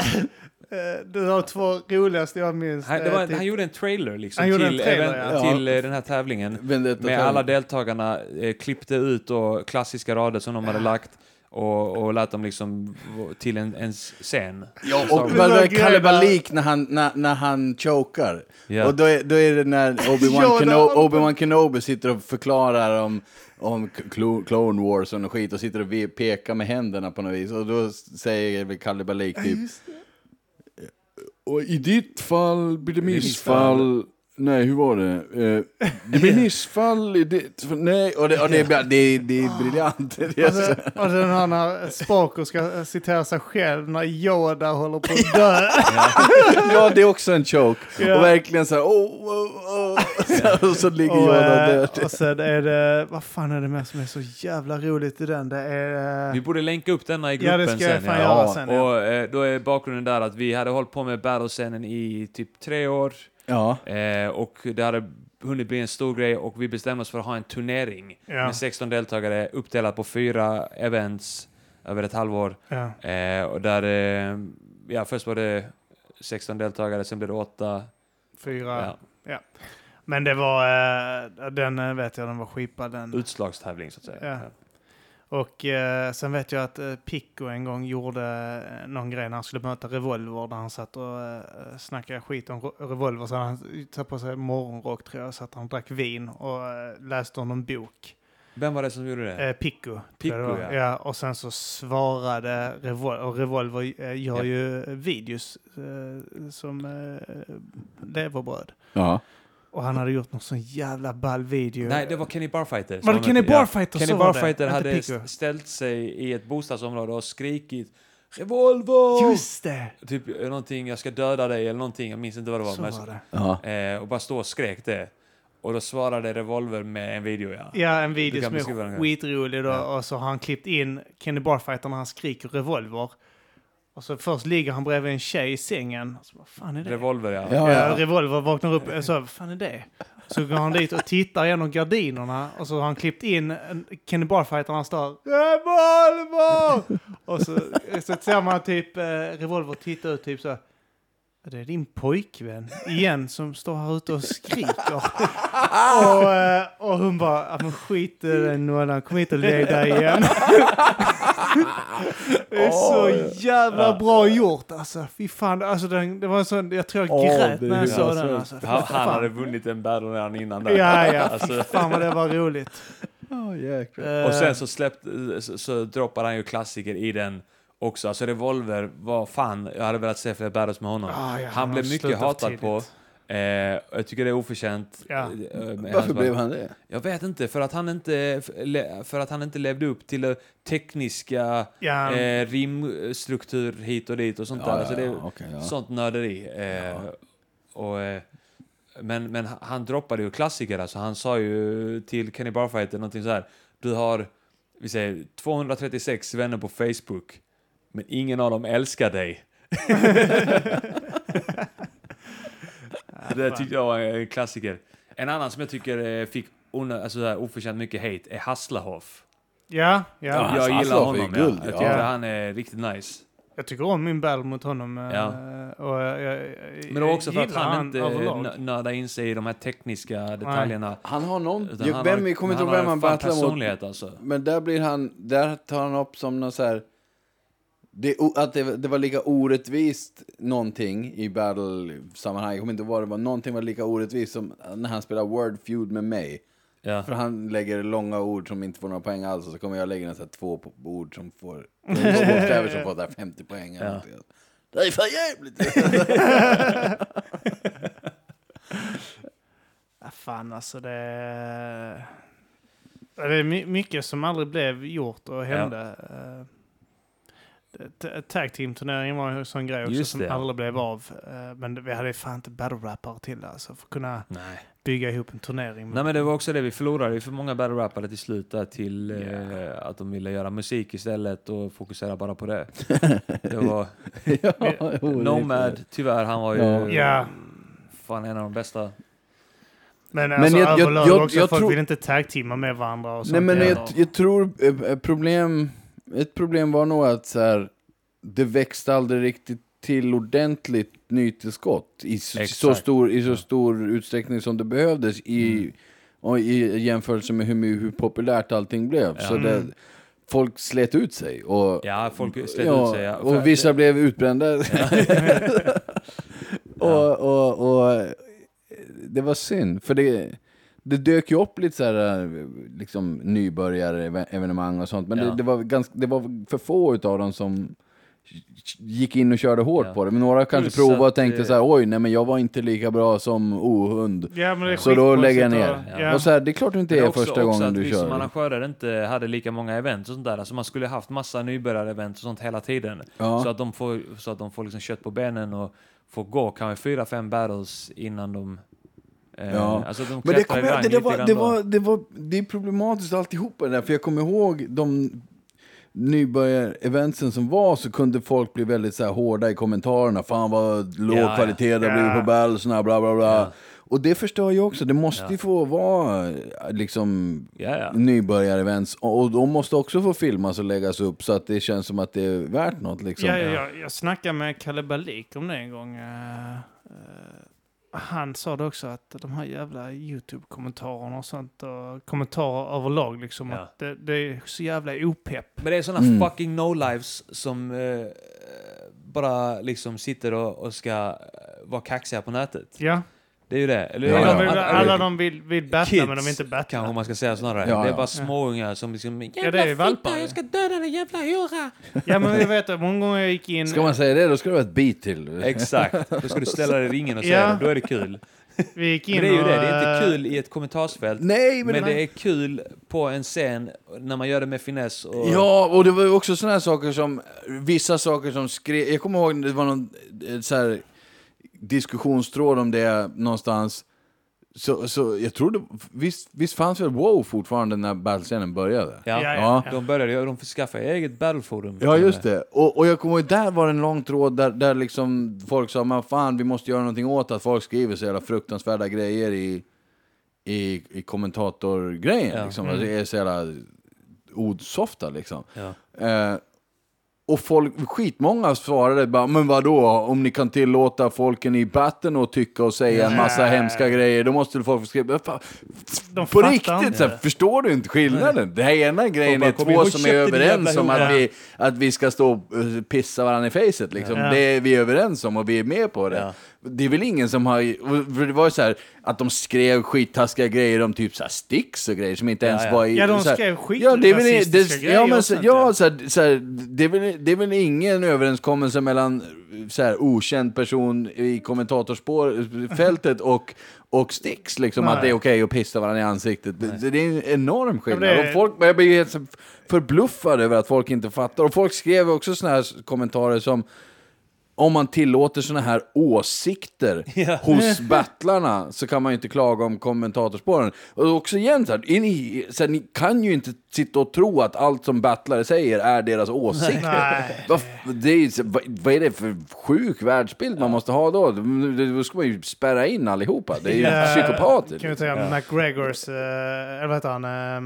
det var två roligaste jag minns. Han, det var, typ, han gjorde en trailer liksom till, en trailer, event, ja. till ja. den här tävlingen. Vendetta med alla deltagarna eh, klippte ut och klassiska rader som de hade lagt och, och lät dem liksom till en, en scen. Ja, och det var kalabalik när han, när, när han chokar. Yeah. Och då är, då är det när Obi-Wan, ja, Keno- Obi-Wan Kenobi sitter och förklarar om om Clone Wars och skit och sitter och pekar med händerna på något vis. Och då säger väl Kalle Balik typ... Och i ditt fall blir det missfall... Nej, hur var det? Uh, det blir missfall i ditt... Nej, och det, och det, är, det, det är briljant. Det är och, det, och den här när Sparker ska citera sig själv när Yoda håller på att dö. Ja, det är också en choke. Ja. Och verkligen så här... Oh, oh, oh. Så, och så ligger och, Yoda död. Och sen är det... Vad fan är det med som är så jävla roligt i den? Det är... Vi borde länka upp denna i gruppen ja, det ska sen. Jag ja. Sen, ja. Och eh, då är bakgrunden där att vi hade hållit på med battle-scenen i typ tre år. Ja. Eh, och det hade hunnit bli en stor grej och vi bestämde oss för att ha en turnering ja. med sexton deltagare uppdelat på fyra events över ett halvår. Ja. Eh, och där, eh, ja, först var det sexton deltagare, sen blev det åtta. Fyra, ja. ja. Men det var, eh, den vet jag, den var skipad. Den... Utslagstävling så att säga. Ja. Ja. Och eh, sen vet jag att eh, Pico en gång gjorde eh, någon grej när han skulle möta Revolver där han satt och eh, snackade skit om Revolver. Så han satt på sig morgonrock tror jag, så att han drack vin och eh, läste om en bok. Vem var det som gjorde det? Eh, Pico. Pico, ja. ja. Och sen så svarade Revolver, och Revolver eh, gör ja. ju videos eh, som eh, leverbröd. Ja. Och han hade gjort någon sån jävla ball video. Nej, det var Kenny Barfighter. Var det Kenny Barfighter? Ja. Kenny Barfighter hade ställt sig i ett bostadsområde och skrikit Revolver! Just det! Typ någonting, jag ska döda dig eller någonting, jag minns inte vad det var. Så men, var det. Eh, och bara stå och skrek det. Och då svarade Revolver med en video, ja. Ja, en video som är skitrolig då. Ja. Och så har han klippt in Kenny Barfighter när han skriker Revolver. Och så först ligger han bredvid en tjej i sängen. Så, vad fan är det? Revolver, ja. ja, ja. Revolver vaknar upp och så, vad fan är det? Så går han dit och tittar genom gardinerna. Och så har han klippt in en Kenny Barfighter och han står Revolver! Och så, så ser man typ eh, Revolver titta ut typ så. Det är din pojkvän igen som står här ute och skriker. och, eh, och hon bara, ja men skit i den någon, kom hit och lägg dig igen. Det är så jävla oh, bra gjort alltså. Fy fan, alltså den, det var så, jag tror jag oh, grät när jag såg den. Alltså. Han, han hade vunnit en battle redan innan där. Ja, ja, alltså. Fy fan vad det var roligt. Oh, yeah, uh, och sen så släppte, så, så droppade han ju klassiker i den också. Alltså Revolver var fan, jag hade velat se fler battles med honom. Ah, ja, han blev mycket hatad tidigt. på. Eh, jag tycker det är oförtjänt. Ja. Varför blev han det? Jag vet inte, för att han inte för att han inte levde upp till det tekniska ja. eh, rimstruktur hit och dit och sånt ja, där. Alltså det är okay, ja. sånt nörderi. Eh, ja. och, eh, men, men han droppade ju klassiker. Alltså han sa ju till Kenny Barfighter någonting så här: du har vi säger tvåhundratrettiosex vänner på Facebook, men ingen av dem älskar dig. Det tyckte jag var en klassiker. En annan som jag tycker fick on- alltså där, oförtjänt mycket hate är Hasselhoff. Ja, ja. Jag ja, gillar honom. Guld, ja. Jag tycker ja. han är riktigt nice. Jag tycker om min battle mot honom. Ja. Och jag, jag, Men det var också för att han, han inte överlag. nördar in sig i de här tekniska detaljerna. Nej. Han har någon... Jag, jag, vem, vi kommer inte ihåg vem han battlar mot. Alltså. Men där blir han... Där tar han upp som någon så här... Det, att det, det var lika orättvist någonting i battle-sammanhang. Jag kommer inte ihåg vad det var. Någonting var lika orättvist som när han spelar Word Feud med mig. Ja. För han lägger långa ord som inte får några poäng alls. Och så kommer jag lägga nästan två ord som får... Två bokstäver som får där femtio poäng. Ja. Det är för jävligt! Ja, fan alltså det... Det är mycket som aldrig blev gjort och hände. Ja. Tag team-turneringen var en sån grej också Just som det. aldrig blev av. Men vi hade fan inte battle-rappare till alltså, för att kunna Nej. bygga ihop en turnering. Nej, men det var också det vi förlorade för många battle-rappare till slut där, till yeah. eh, att de ville göra musik istället och fokusera bara på det. Det var ja, Nomad, tyvärr, han var ju ja. fan en av de bästa. Men, alltså, men jag, jag, jag, också, jag folk tror... vill inte tag-teama med varandra och sånt. Nej, men jag, jag tror eh, problem... Ett problem var nog att så här, det växte aldrig riktigt till ordentligt nytillskott i så, så, stor, i så stor utsträckning som det behövdes i, mm. och i jämförelse med hur, hur populärt allting blev. Ja. Så det, folk slet ut sig. Och, ja, folk slet ja, ut sig. Ja. Och vissa det... blev utbrända. Ja. och, och, och det var synd. För det... Det dök ju upp lite så här liksom nybörjare evenemang och sånt, men ja. det, det var ganska det var för få utav dem som gick in och körde hårt ja. på det. Men några kanske Plus provade och tänkte det... så här: oj, nej men jag var inte lika bra som ohund. Ja, så då lägger jag ner. Ja. Och så här, det är klart det inte är, är första också gången du kör. Som arrangörer inte hade lika många event och sånt där. Alltså man skulle haft massa nybörjare-event och sånt hela tiden. Ja. Så att de får så att de får liksom kött på benen och får gå kanske fyra, fem battles innan de Ja. Alltså de men det, kom jag, det, det, var, det, var, det var det är problematiskt alltihopa där, för jag kommer ihåg de nybörjar-eventsen som var, så kunde folk bli väldigt så här hårda i kommentarerna. Fan vad låg ja, kvalitet det ja. blir på battlesna, bla bla bla. Ja. Och det förstör ju också. Det måste ju ja. få vara liksom ja, ja. nybörjar-events. Och de måste också få filmas och läggas upp så att det känns som att det är värt något. Liksom. Ja, ja, ja. Jag snackade med Kalle Balik om det en gång. Uh, uh, han sa det också, att de här jävla YouTube-kommentarerna och sånt, och kommentarer överlag liksom, ja. att det, det är så jävla opepp. Men det är såna mm. fucking no-lives som uh, bara liksom sitter och, och ska vara kaxiga på nätet. Ja. Det är ju det. Eller, ja, ja, de vill, alla de vill, vill battla, men de vill inte battla. Kanske man ska säga snarare. Ja, det är bara ja. småungar som liksom, jävla ja, det är fitta, jag ska döda dig, jävla hora. Ja, men jag vet, många gånger jag gick in... Ska man säga det, då ska det vara ett beat till. Exakt. Då ska du ställa dig i ringen och säga ja. det. Då är det kul. Vi gick in men det är ju och, det. Det är inte kul i ett kommentarsfält. Nej, men, men det, det är kul på en scen när man gör det med finess. Och... Ja, och det var ju också såna här saker som... Vissa saker som skrev... Jag kommer ihåg, det var någon så här diskussionstråd om det någonstans... Så, så jag tror det, visst, visst fanns väl WoW fortfarande när battlescenen började? Ja, Ja, ja, ja. de började, de skaffade eget battleforum. Ja, just det. Och, och jag kommer ihåg, där var en lång tråd där, där liksom folk sa, men fan, vi måste göra någonting åt att folk skriver så jävla fruktansvärda grejer i, i, i kommentatorgrejen. Ja. Liksom. Mm. Alltså, det är så jävla osofta liksom. Ja. Eh, och folk, skitmånga svarade bara, men vadå, om ni kan tillåta folken i batten och tycka och säga en massa Nej. hemska grejer, då måste folk få skriva. Fan, De på fattar riktigt, inte. så här, förstår du inte skillnaden? Det här ena grejen bara, är kom två ihåg, som är köp din överens jävla om hora. att vi, att vi ska stå och eh, pissa varandra i facet. Liksom. Ja. Det är vi överens om och vi är med på det. Ja. Det är väl ingen som har... För det var ju så här att de skrev skittaskiga grejer om typ så här sticks och grejer som inte Ja, ens ja. var i... Ja, de så här, skrev skit ja, det är väl, rasistiska det, grejer ja, men, och så, sånt, ja, ja. så här, så här, det, är väl, det är väl ingen överenskommelse mellan så här, okänd person i kommentatorspårfältet och, och sticks, liksom, Nej. att det är okej att pissa varandra i ansiktet. Det, det är en enorm skillnad. Ja, det är- Och folk, jag blir helt så förbluffad över att folk inte fattar. Och folk skrev också såna här kommentarer som, om man tillåter såna här åsikter Ja. hos battlarna så kan man ju inte klaga om kommentatorspåren. Och också igen, så här, är ni, så här, ni kan ju inte sitta och tro att allt som battlare säger är deras åsikter. Nej. Vad, det är, så- vad, vad är det för sjuk världsbild man måste ha då? Då ska man ju spärra in allihopa. Det är ju Ja, psykopater. Kan vi säga McGregors, eh, eller vad heter han? Eh,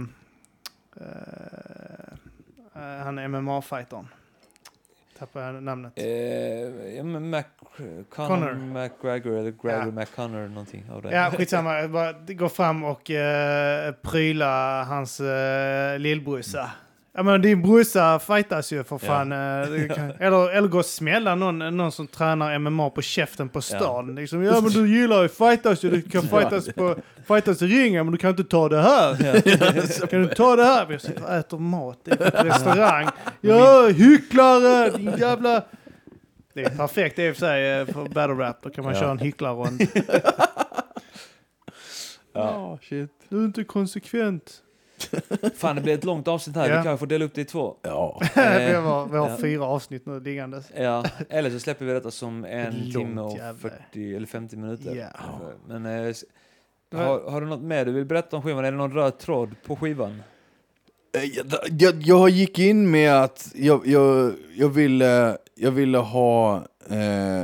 eh, han är M M A-fightern. Tappar jag namnet. Eh, ja, men Mac, Conor, Conor. McGregor eller Gregor Ja. McConnor någonting av det. Ja, skitsamma. Bara gå fram och eh, pryla hans eh, lillbrorsa. Ja, men din brorsa fightas ju för fan. Eh, det kan, eller, eller gå och smälla någon, någon som tränar M M A på käften på stan. Ja, liksom, ja men du gillar ju fightas ju. Du kan fightas, på, fightas i ringen, men du kan inte ta det här. Kan du ta det här? Vi sitter och äter mat i en restaurang. Ja, hycklare! Din jävla... Det är perfekt det är för sig eh, för battle rap. Då kan man Ja. köra en hycklarrond. Ja, shit. Du är inte konsekvent. Fan, det blir ett långt avsnitt här. Ja. Vi kan få dela upp det i två. Ja. vi har, vi har ja. fyra avsnitt nu liggandes. Ja, eller så släpper vi detta som en Långt timme och jävla. fyrtio eller femtio minuter. Ja. Men eh, s- har, har du något mer du vill berätta om skivan? Är det någon röd tråd på skivan? Eh, Jag, jag, jag gick in med att jag, jag, jag, ville, jag ville ha eh,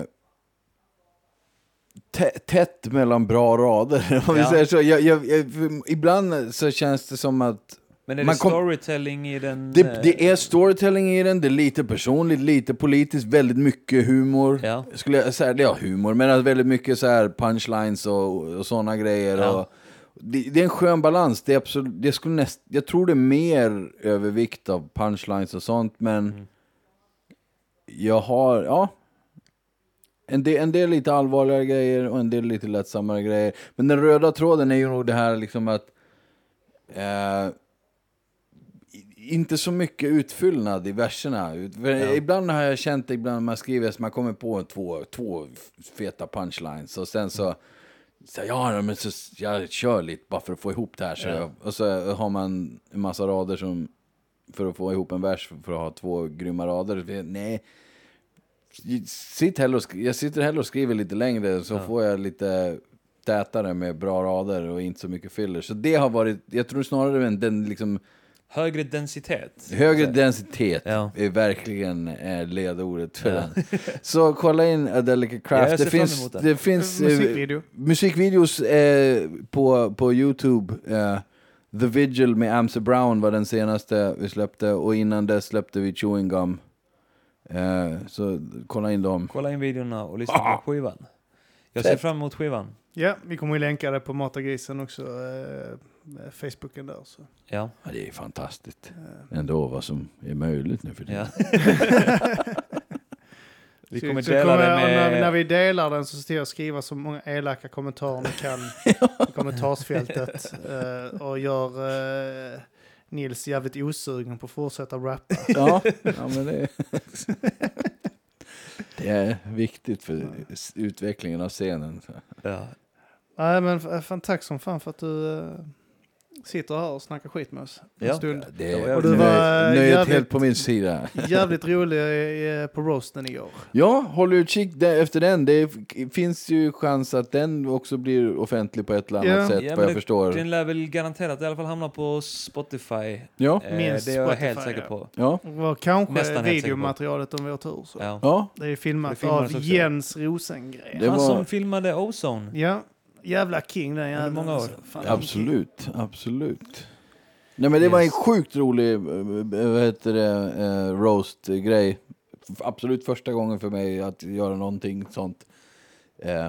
tä- tätt mellan bra rader. Om vi Ja. säger så. Jag, jag, jag, ibland så känns det som att Men är Man det kom- storytelling i den? det, eh, det är storytelling i den, det är lite personligt, lite politiskt, väldigt mycket humor. Ja. Skulle jag säga, ja, humor, men alltså väldigt mycket så här punchlines och, och sådana grejer. Ja. Och det, det är en skön balans. Det är absolut, det skulle näst, jag tror det är mer övervikt av punchlines och sånt, men Mm. jag har, ja, en del, en del lite allvarligare grejer och en del lite lättsammare grejer. Men den röda tråden är ju nog det här liksom att eh, inte så mycket utfyllnad i verserna. För Ja. ibland har jag känt, ibland när man skriver, att man kommer på två, två feta punchlines och sen så, så ja, men så jag kör lite bara för att få ihop det här. Så Ja. jag, och så har man en massa rader som, för att få ihop en vers för, för att ha två grymma rader. Nej, sitt hellre och skri- jag sitter hellre och skriver lite längre så Ja. får jag lite tätare med bra rader och inte så mycket filler. Så det har varit, jag tror snarare än den liksom Högre densitet. högre densitet Ja. är verkligen eh, ledordet för den. Så kolla in A Delicate Craft. Ja, jag ser det, fram finns, emot det. det finns eh, Musikvideo. musikvideos eh, på, på YouTube. Eh, The Vigil med Amser Brown var den senaste vi släppte, och innan det släppte vi Chewing Gum. Eh, så kolla in dem. Kolla in videorna och lyssna på skivan. Jag ser Fett. fram emot skivan. Ja, vi kommer ju länka det på Matagrisen också. Eh, Facebooken där. Så. Ja. Ja, det är fantastiskt. Eh. Ändå vad som är möjligt nu för tiden. ja. Vi Så- kommer så dela kommer, det och när, med... när vi delar den så ser jag skriva så många elaka kommentarer ni kan i kommentarsfältet. eh, och gör eh, Nils jävligt osugen på att fortsätta rappa. Ja, ja men det är, det är viktigt för s- utvecklingen av scenen. Så. Ja. Nej, men f- fan, tack som fan för att du, eh, sitter här och snackar skit med oss en Ja. stund. Det är och du var nöjet jävligt, helt på min sida. jävligt rolig eh, på roasten igår. Ja, håller utkik där efter den. Det finns ju chans att den också blir offentlig på ett eller annat Ja. sätt, Ja, vad jag det, förstår. Den lär väl garanterat i alla fall hamna på Spotify. Ja. Eh, Minst det är jag Spotify, helt säker ja. på. Ja. Det var kanske Nästan helt videomaterialet om vår tur. Så. Ja. Ja. Det är filmat Det filmades av också. Jens Rosengren. Det Han var- som filmade Ozone. Ja, jävla king den jäveln. många år. alltså. Fan, Absolut, absolut. Nej, men det Yes. var en sjukt rolig, eh, vad heter det, eh, roast-grej. F- Absolut första gången för mig att göra någonting sånt. Eh.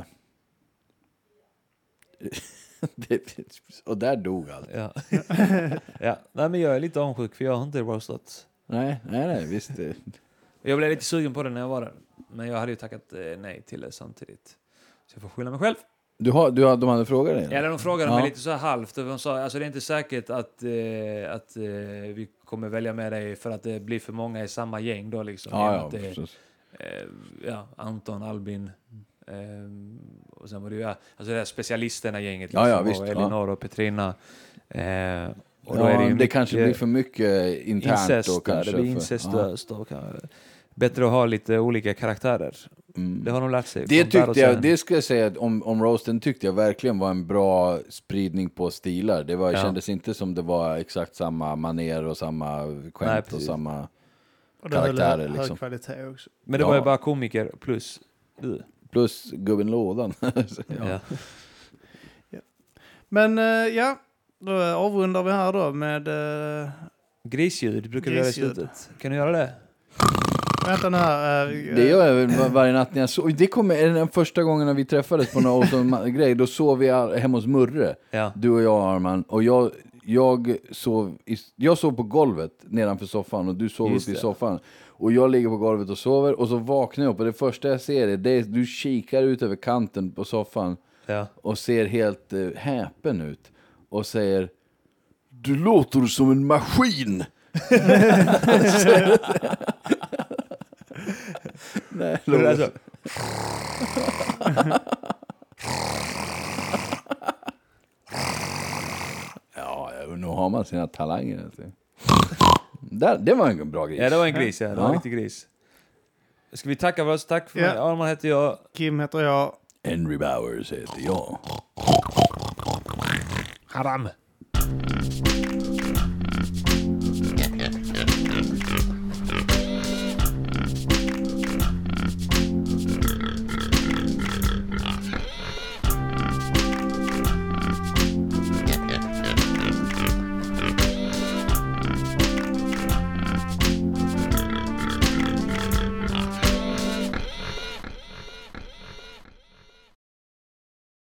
det, och där dog allt. Ja. ja. Nej, men jag är lite avundsjuk för jag har inte roastat. Nej, nej, nej, visst. eh. Jag blev lite sugen på det när jag var där. Men jag hade ju tackat eh, nej till det samtidigt. Så jag får skylla mig själv. Du har, du har, de hade frågat dig? Ja, de frågade Ja. mig lite så här halvt. Och de sa, alltså det är inte säkert att, eh, att eh, vi kommer välja med dig för att det blir för många i samma gäng då liksom. Ja, I och ja, med att det är, förstås. eh, ja, Anton, Albin. Eh, och sen var det ju, ja, alltså det där specialisterna gänget. Ja, ja, liksom, visst, och ja. Elinor och Petrina. Eh, och då Ja, är det, ju det mycket kanske blir för mycket internt incest, då där. kanske. Det blir för- incestuöst. Och kan, bättre att ha lite olika karaktärer. Mm. Det har de lärt sig. Det från där och tyckte jag, sen. det ska jag säga att om, om roasten tyckte jag verkligen var en bra spridning på stilar. Det var, Ja. kändes inte som det var exakt samma maner och samma skämt Nej, och precis. samma Och det höll karaktärer hög liksom. kvalitet också. Men det Ja. var ju bara komiker plus du. Plus gubben lådan. Ja. Men eh, ja, då avrundar vi här då med... Uh, Grisljud brukar vi göra i Grisljud. slutet. Kan du göra det? vänta nu här. eh, Det gör jag väl var- varje natt när jag sov. Det kommer, är den första gången när vi träffades på någon awesome grej, då sov vi all- hemma hos Murre. Ja. Du och jag, Arman. Och jag, jag, sov i, jag sov på golvet nedanför soffan och du sov Just uppe i det. soffan. Och jag ligger på golvet och sover och så vaknar jag upp och det första jag ser är, det är du kikar ut över kanten på soffan Ja. och ser helt eh, häpen ut och säger: du låter som en maskin. Nej, Det är alltså, ja, nu har man sina talanger. Alltså. Där, det var en bra gris. ja, det var en gris. Ja. Det var Ja. en riktig gris. Ska vi tacka för oss? Tack för Ja. mig. Arman heter jag. Kim heter jag. Henry Bowers heter jag. Haram.